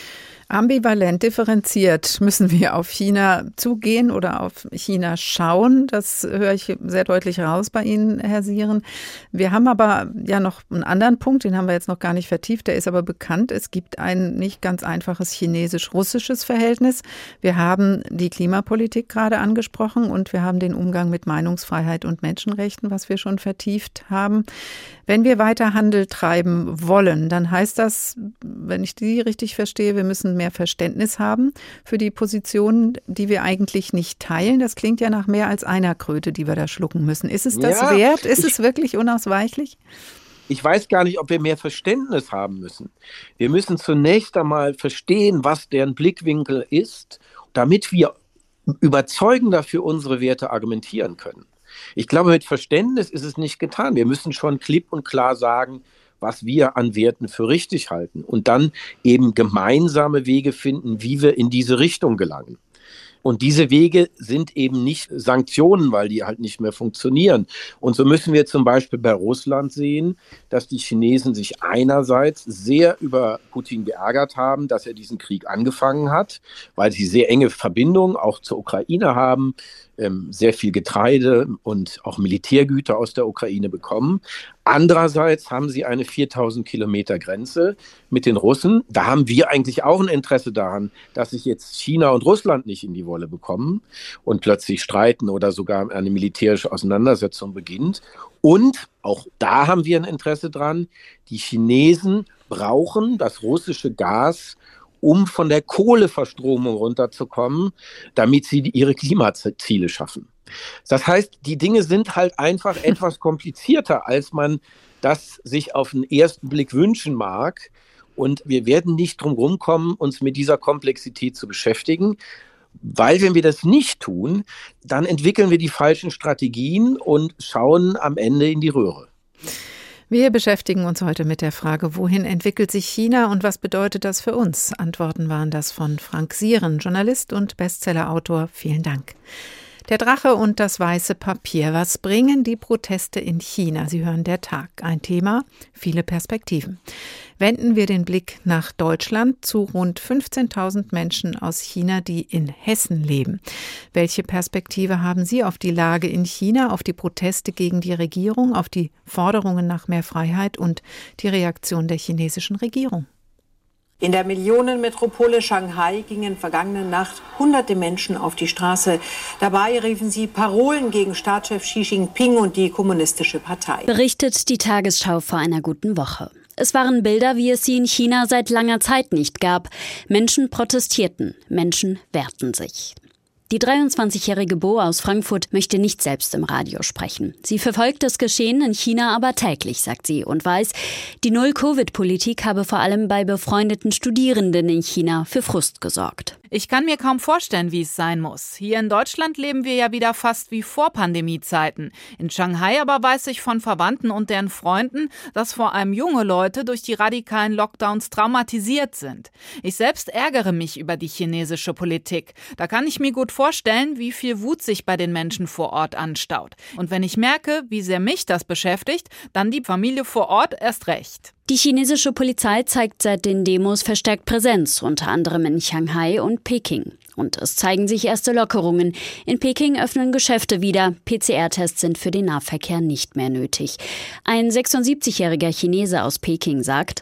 Ambivalent, differenziert müssen wir auf China zugehen oder auf China schauen. Das höre ich sehr deutlich raus bei Ihnen, Herr Sieren. Wir haben aber ja noch einen anderen Punkt, den haben wir jetzt noch gar nicht vertieft, der ist aber bekannt. Es gibt ein nicht ganz einfaches chinesisch-russisches Verhältnis. Wir haben die Klimapolitik gerade angesprochen und wir haben den Umgang mit Meinungsfreiheit und Menschenrechten, was wir schon vertieft haben. Wenn wir weiter Handel treiben wollen, dann heißt das, wenn ich die richtig verstehe, wir müssen mehr Verständnis haben für die Positionen, die wir eigentlich nicht teilen. Das klingt ja nach mehr als einer Kröte, die wir da schlucken müssen. Ist es das wert? Ist es wirklich unausweichlich? Ich weiß gar nicht, ob wir mehr Verständnis haben müssen. Wir müssen zunächst einmal verstehen, was deren Blickwinkel ist, damit wir überzeugender für unsere Werte argumentieren können. Ich glaube, mit Verständnis ist es nicht getan. Wir müssen schon klipp und klar sagen, was wir an Werten für richtig halten und dann eben gemeinsame Wege finden, wie wir in diese Richtung gelangen. Und diese Wege sind eben nicht Sanktionen, weil die halt nicht mehr funktionieren. Und so müssen wir zum Beispiel bei Russland sehen, dass die Chinesen sich einerseits sehr über Putin geärgert haben, dass er diesen Krieg angefangen hat, weil sie sehr enge Verbindungen auch zur Ukraine haben, sehr viel Getreide und auch Militärgüter aus der Ukraine bekommen. Andererseits haben sie eine 4000 Kilometer Grenze mit den Russen. Da haben wir eigentlich auch ein Interesse daran, dass sich jetzt China und Russland nicht in die Wolle bekommen und plötzlich streiten oder sogar eine militärische Auseinandersetzung beginnt. Und auch da haben wir ein Interesse dran, die Chinesen brauchen das russische Gas, um von der Kohleverstromung runterzukommen, damit sie ihre Klimaziele schaffen. Das heißt, die Dinge sind halt einfach etwas komplizierter, als man das sich auf den ersten Blick wünschen mag. Und wir werden nicht drum rumkommen, uns mit dieser Komplexität zu beschäftigen, weil wenn wir das nicht tun, dann entwickeln wir die falschen Strategien und schauen am Ende in die Röhre. Wir beschäftigen uns heute mit der Frage, wohin entwickelt sich China und was bedeutet das für uns? Antworten waren das von Frank Sieren, Journalist und Bestsellerautor. Vielen Dank. Der Drache und das weiße Papier. Was bringen die Proteste in China? Sie hören der Tag. Ein Thema, viele Perspektiven. Wenden wir den Blick nach Deutschland zu rund 15.000 Menschen aus China, die in Hessen leben. Welche Perspektive haben Sie auf die Lage in China, auf die Proteste gegen die Regierung, auf die Forderungen nach mehr Freiheit und die Reaktion der chinesischen Regierung? In der Millionenmetropole Shanghai gingen vergangene Nacht hunderte Menschen auf die Straße. Dabei riefen sie Parolen gegen Staatschef Xi Jinping und die Kommunistische Partei. Berichtet die Tagesschau vor einer guten Woche. Es waren Bilder, wie es sie in China seit langer Zeit nicht gab. Menschen protestierten, Menschen wehrten sich. Die 23-jährige Bo aus Frankfurt möchte nicht selbst im Radio sprechen. Sie verfolgt das Geschehen in China aber täglich, sagt sie, und weiß, die Null-Covid-Politik habe vor allem bei befreundeten Studierenden in China für Frust gesorgt. Ich kann mir kaum vorstellen, wie es sein muss. Hier in Deutschland leben wir ja wieder fast wie vor Pandemiezeiten. In Shanghai aber weiß ich von Verwandten und deren Freunden, dass vor allem junge Leute durch die radikalen Lockdowns traumatisiert sind. Ich selbst ärgere mich über die chinesische Politik. Da kann ich mir gut vorstellen, wie viel Wut sich bei den Menschen vor Ort anstaut. Und wenn ich merke, wie sehr mich das beschäftigt, dann die Familie vor Ort erst recht. Die chinesische Polizei zeigt seit den Demos verstärkt Präsenz, unter anderem in Shanghai und Peking. Und es zeigen sich erste Lockerungen. In Peking öffnen Geschäfte wieder. PCR-Tests sind für den Nahverkehr nicht mehr nötig. Ein 76-jähriger Chinese aus Peking sagt: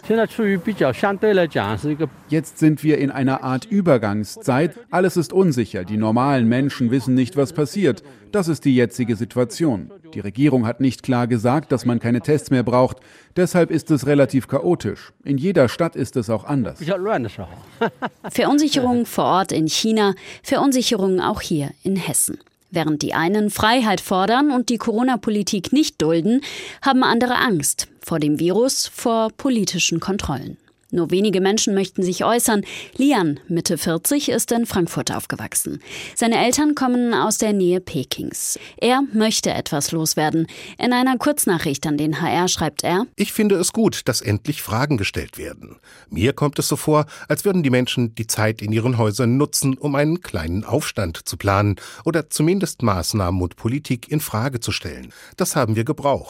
Jetzt sind wir in einer Art Übergangszeit. Alles ist unsicher. Die normalen Menschen wissen nicht, was passiert. Das ist die jetzige Situation. Die Regierung hat nicht klar gesagt, dass man keine Tests mehr braucht. Deshalb ist es relativ chaotisch. In jeder Stadt ist es auch anders. Verunsicherung vor Ort in China, Verunsicherung auch hier in Hessen. Während die einen Freiheit fordern und die Corona-Politik nicht dulden, haben andere Angst vor dem Virus, vor politischen Kontrollen. Nur wenige Menschen möchten sich äußern. Lian, Mitte 40, ist in Frankfurt aufgewachsen. Seine Eltern kommen aus der Nähe Pekings. Er möchte etwas loswerden. In einer Kurznachricht an den HR schreibt er: Ich finde es gut, dass endlich Fragen gestellt werden. Mir kommt es so vor, als würden die Menschen die Zeit in ihren Häusern nutzen, um einen kleinen Aufstand zu planen oder zumindest Maßnahmen und Politik in Frage zu stellen. Das haben wir gebraucht.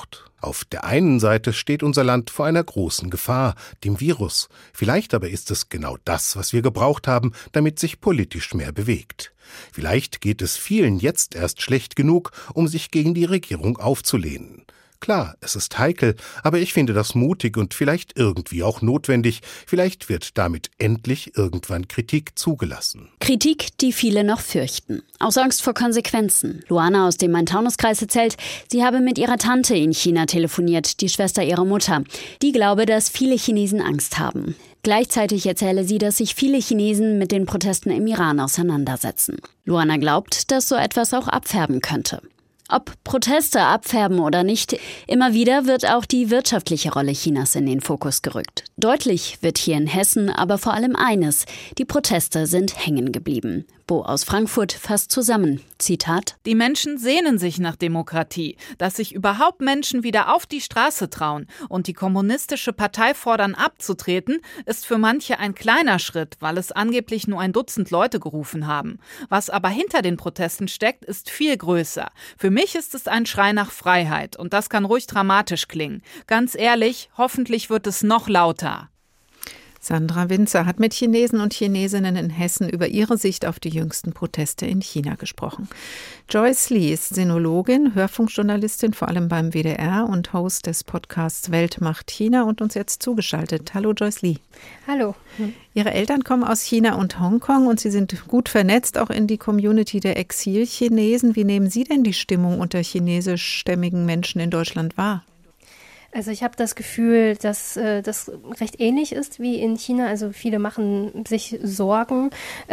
Auf der einen Seite steht unser Land vor einer großen Gefahr, dem Virus. Vielleicht aber ist es genau das, was wir gebraucht haben, damit sich politisch mehr bewegt. Vielleicht geht es vielen jetzt erst schlecht genug, um sich gegen die Regierung aufzulehnen. Klar, es ist heikel, aber ich finde das mutig und vielleicht irgendwie auch notwendig. Vielleicht wird damit endlich irgendwann Kritik zugelassen. Kritik, die viele noch fürchten. Aus Angst vor Konsequenzen. Luana aus dem Main-Taunus-Kreis erzählt, sie habe mit ihrer Tante in China telefoniert, die Schwester ihrer Mutter. Die glaube, dass viele Chinesen Angst haben. Gleichzeitig erzähle sie, dass sich viele Chinesen mit den Protesten im Iran auseinandersetzen. Luana glaubt, dass so etwas auch abfärben könnte. Ob Proteste abfärben oder nicht, immer wieder wird auch die wirtschaftliche Rolle Chinas in den Fokus gerückt. Deutlich wird hier in Hessen aber vor allem eines: Die Proteste sind hängen geblieben. Bo aus Frankfurt fasst zusammen. Zitat: Die Menschen sehnen sich nach Demokratie. Dass sich überhaupt Menschen wieder auf die Straße trauen und die kommunistische Partei fordern, abzutreten, ist für manche ein kleiner Schritt, weil es angeblich nur ein Dutzend Leute gerufen haben. Was aber hinter den Protesten steckt, ist viel größer. Für mich ist es ein Schrei nach Freiheit und das kann ruhig dramatisch klingen. Ganz ehrlich, hoffentlich wird es noch lauter. Sandra Winzer hat mit Chinesen und Chinesinnen in Hessen über ihre Sicht auf die jüngsten Proteste in China gesprochen. Joyce Lee ist Sinologin, Hörfunkjournalistin, vor allem beim WDR und Host des Podcasts Welt macht China und uns jetzt zugeschaltet. Hallo Joyce Lee. Hallo. Ihre Eltern kommen aus China und Hongkong und Sie sind gut vernetzt, auch in die Community der Exil-Chinesen. Wie nehmen Sie denn die Stimmung unter chinesischstämmigen Menschen in Deutschland wahr? Also ich habe das Gefühl, dass das recht ähnlich ist wie in China. Also viele machen sich Sorgen.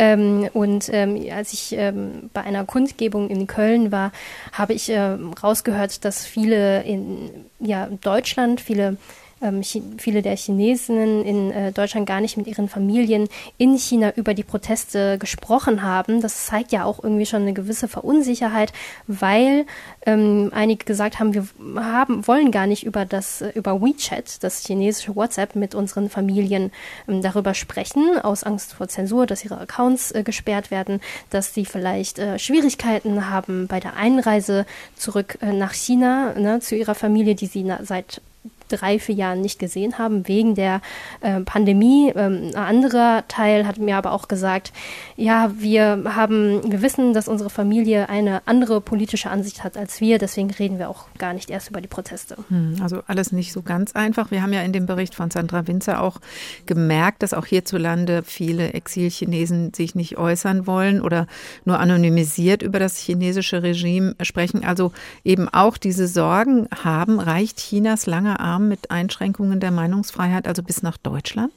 Als ich bei einer Kundgebung in Köln war, habe ich rausgehört, dass viele in Deutschland, viele der Chinesinnen in Deutschland gar nicht mit ihren Familien in China über die Proteste gesprochen haben. Das zeigt ja auch irgendwie schon eine gewisse Verunsicherheit, weil einige gesagt haben, wir wollen gar nicht über WeChat, das chinesische WhatsApp, mit unseren Familien darüber sprechen, aus Angst vor Zensur, dass ihre Accounts gesperrt werden, dass sie vielleicht Schwierigkeiten haben bei der Einreise zurück nach China, zu ihrer Familie, die sie seit 3-4 Jahren nicht gesehen haben, wegen der Pandemie. Ein anderer Teil hat mir aber auch gesagt, ja, wir wissen, dass unsere Familie eine andere politische Ansicht hat als wir, deswegen reden wir auch gar nicht erst über die Proteste. Also alles nicht so ganz einfach. Wir haben ja in dem Bericht von Sandra Winzer auch gemerkt, dass auch hierzulande viele Exil-Chinesen sich nicht äußern wollen oder nur anonymisiert über das chinesische Regime sprechen. Also eben auch diese Sorgen haben, reicht Chinas langer Arm mit Einschränkungen der Meinungsfreiheit, also bis nach Deutschland?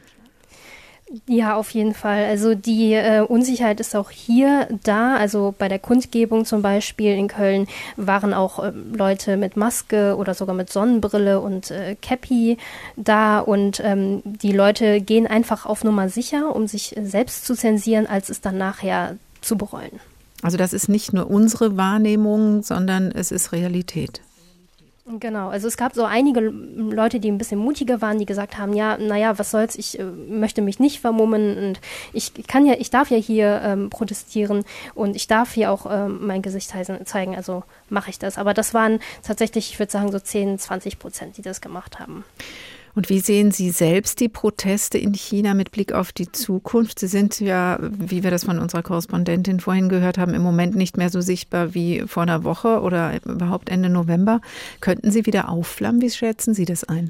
Ja, auf jeden Fall. Also die Unsicherheit ist auch hier da. Also bei der Kundgebung zum Beispiel in Köln waren auch Leute mit Maske oder sogar mit Sonnenbrille und Käppi da. Und die Leute gehen einfach auf Nummer sicher, um sich selbst zu zensieren, als es dann nachher zu bereuen. Also das ist nicht nur unsere Wahrnehmung, sondern es ist Realität. Genau, also es gab so einige Leute, die ein bisschen mutiger waren, die gesagt haben, was soll's, ich möchte mich nicht vermummen und ich darf ja hier protestieren und ich darf hier auch mein Gesicht zeigen, also mache ich das. Aber das waren tatsächlich, ich würde sagen, so 10-20%, die das gemacht haben. Und wie sehen Sie selbst die Proteste in China mit Blick auf die Zukunft? Sie sind ja, wie wir das von unserer Korrespondentin vorhin gehört haben, im Moment nicht mehr so sichtbar wie vor einer Woche oder überhaupt Ende November. Könnten Sie wieder aufflammen? Wie schätzen Sie das ein?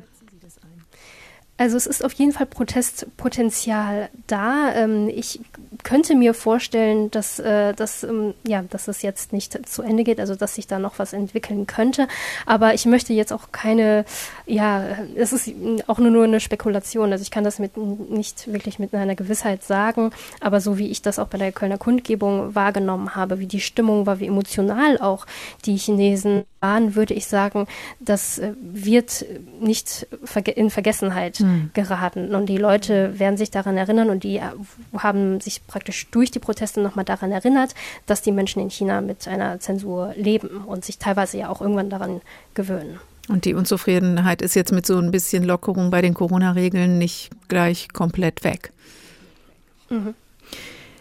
Also es ist auf jeden Fall Protestpotenzial da. Ich könnte mir vorstellen, dass es jetzt nicht zu Ende geht, also dass sich da noch was entwickeln könnte. Aber ich möchte jetzt auch es ist auch nur eine Spekulation. Also ich kann das nicht wirklich mit einer Gewissheit sagen. Aber so wie ich das auch bei der Kölner Kundgebung wahrgenommen habe, wie die Stimmung war, wie emotional auch die Chinesen waren, würde ich sagen, das wird nicht in Vergessenheit geraten. Und die Leute werden sich daran erinnern und die haben sich praktisch durch die Proteste nochmal daran erinnert, dass die Menschen in China mit einer Zensur leben und sich teilweise ja auch irgendwann daran gewöhnen. Und die Unzufriedenheit ist jetzt mit so ein bisschen Lockerung bei den Corona-Regeln nicht gleich komplett weg. Mhm.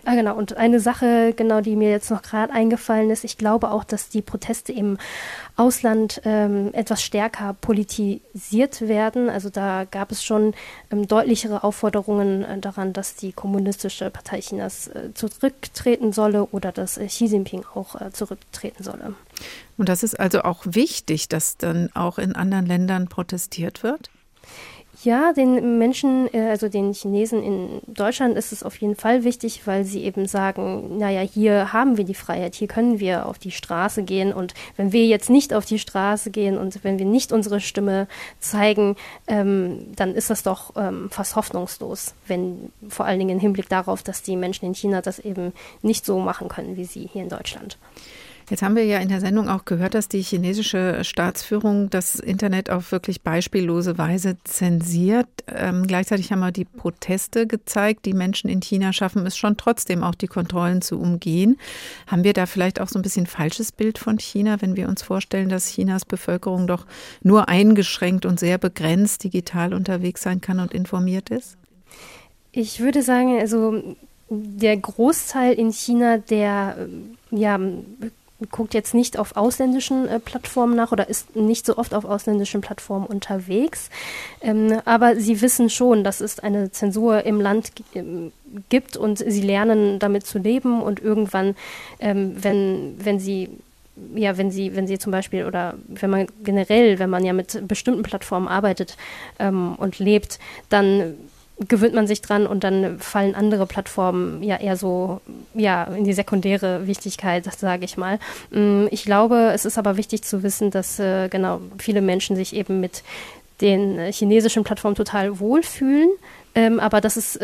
Genau. Und eine Sache, genau, die mir jetzt noch gerade eingefallen ist, ich glaube auch, dass die Proteste im Ausland etwas stärker politisiert werden. Also da gab es schon deutlichere Aufforderungen daran, dass die Kommunistische Partei Chinas zurücktreten solle oder dass Xi Jinping auch zurücktreten solle. Und das ist also auch wichtig, dass dann auch in anderen Ländern protestiert wird? Ja, den Menschen, also den Chinesen in Deutschland ist es auf jeden Fall wichtig, weil sie eben sagen, naja, hier haben wir die Freiheit, hier können wir auf die Straße gehen und wenn wir jetzt nicht auf die Straße gehen und wenn wir nicht unsere Stimme zeigen, dann ist das doch fast hoffnungslos, wenn vor allen Dingen im Hinblick darauf, dass die Menschen in China das eben nicht so machen können wie sie hier in Deutschland. Jetzt haben wir ja in der Sendung auch gehört, dass die chinesische Staatsführung das Internet auf wirklich beispiellose Weise zensiert. Gleichzeitig haben wir die Proteste gezeigt. Die Menschen in China schaffen es schon trotzdem auch, die Kontrollen zu umgehen. Haben wir da vielleicht auch so ein bisschen falsches Bild von China, wenn wir uns vorstellen, dass Chinas Bevölkerung doch nur eingeschränkt und sehr begrenzt digital unterwegs sein kann und informiert ist? Ich würde sagen, also der Großteil in China, der guckt jetzt nicht auf ausländischen Plattformen nach oder ist nicht so oft auf ausländischen Plattformen unterwegs. Aber sie wissen schon, dass es eine Zensur im Land gibt und sie lernen damit zu leben und irgendwann, wenn sie zum Beispiel oder wenn man ja mit bestimmten Plattformen arbeitet und lebt, dann gewöhnt man sich dran und dann fallen andere Plattformen ja eher so in die sekundäre Wichtigkeit, sage ich mal. Ich glaube, es ist aber wichtig zu wissen, dass viele Menschen sich eben mit den chinesischen Plattformen total wohlfühlen, aber dass es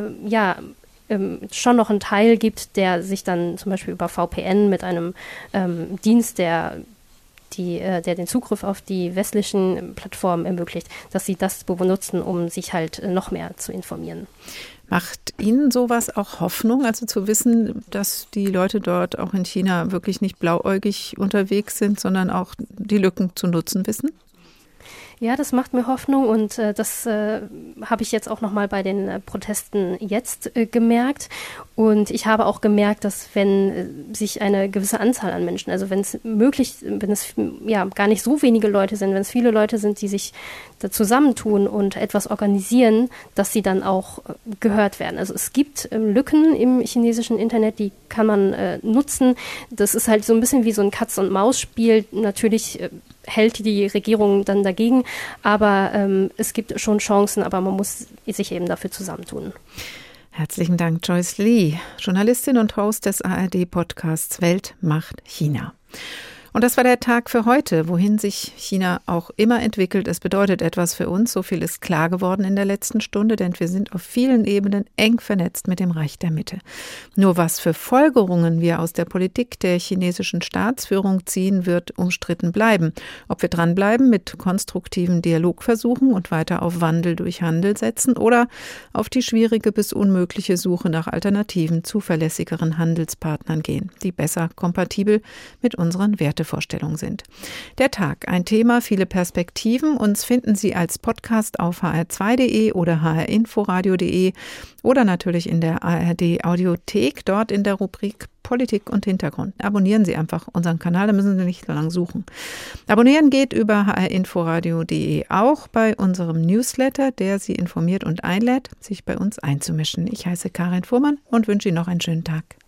schon noch einen Teil gibt, der sich dann zum Beispiel über VPN mit einem Dienst, der den Zugriff auf die westlichen Plattformen ermöglicht, dass sie das benutzen, um sich halt noch mehr zu informieren. Macht Ihnen sowas auch Hoffnung, also zu wissen, dass die Leute dort auch in China wirklich nicht blauäugig unterwegs sind, sondern auch die Lücken zu nutzen wissen? Ja, das macht mir Hoffnung und das habe ich jetzt auch nochmal bei den Protesten jetzt gemerkt. Und ich habe auch gemerkt, dass wenn sich eine gewisse Anzahl an Menschen, also wenn es gar nicht so wenige Leute sind, wenn es viele Leute sind, die sich da zusammentun und etwas organisieren, dass sie dann auch gehört werden. Also es gibt Lücken im chinesischen Internet, die kann man nutzen. Das ist halt so ein bisschen wie so ein Katz-und-Maus-Spiel. Natürlich hält die Regierung dann dagegen, aber es gibt schon Chancen, aber man muss sich eben dafür zusammentun. Herzlichen Dank, Joyce Lee, Journalistin und Host des ARD-Podcasts Welt macht China. Und das war der Tag für heute, wohin sich China auch immer entwickelt. Es bedeutet etwas für uns. So viel ist klar geworden in der letzten Stunde, denn wir sind auf vielen Ebenen eng vernetzt mit dem Reich der Mitte. Nur was für Folgerungen wir aus der Politik der chinesischen Staatsführung ziehen, wird umstritten bleiben. Ob wir dranbleiben mit konstruktiven Dialogversuchen und weiter auf Wandel durch Handel setzen oder auf die schwierige bis unmögliche Suche nach alternativen, zuverlässigeren Handelspartnern gehen, die besser kompatibel mit unseren Wertevorstellungen sind. Der Tag, ein Thema, viele Perspektiven. Uns finden Sie als Podcast auf hr2.de oder hrinforadio.de oder natürlich in der ARD-Audiothek, dort in der Rubrik Politik und Hintergrund. Abonnieren Sie einfach unseren Kanal, da müssen Sie nicht so lange suchen. Abonnieren geht über hrinforadio.de, auch bei unserem Newsletter, der Sie informiert und einlädt, sich bei uns einzumischen. Ich heiße Karin Fuhrmann und wünsche Ihnen noch einen schönen Tag.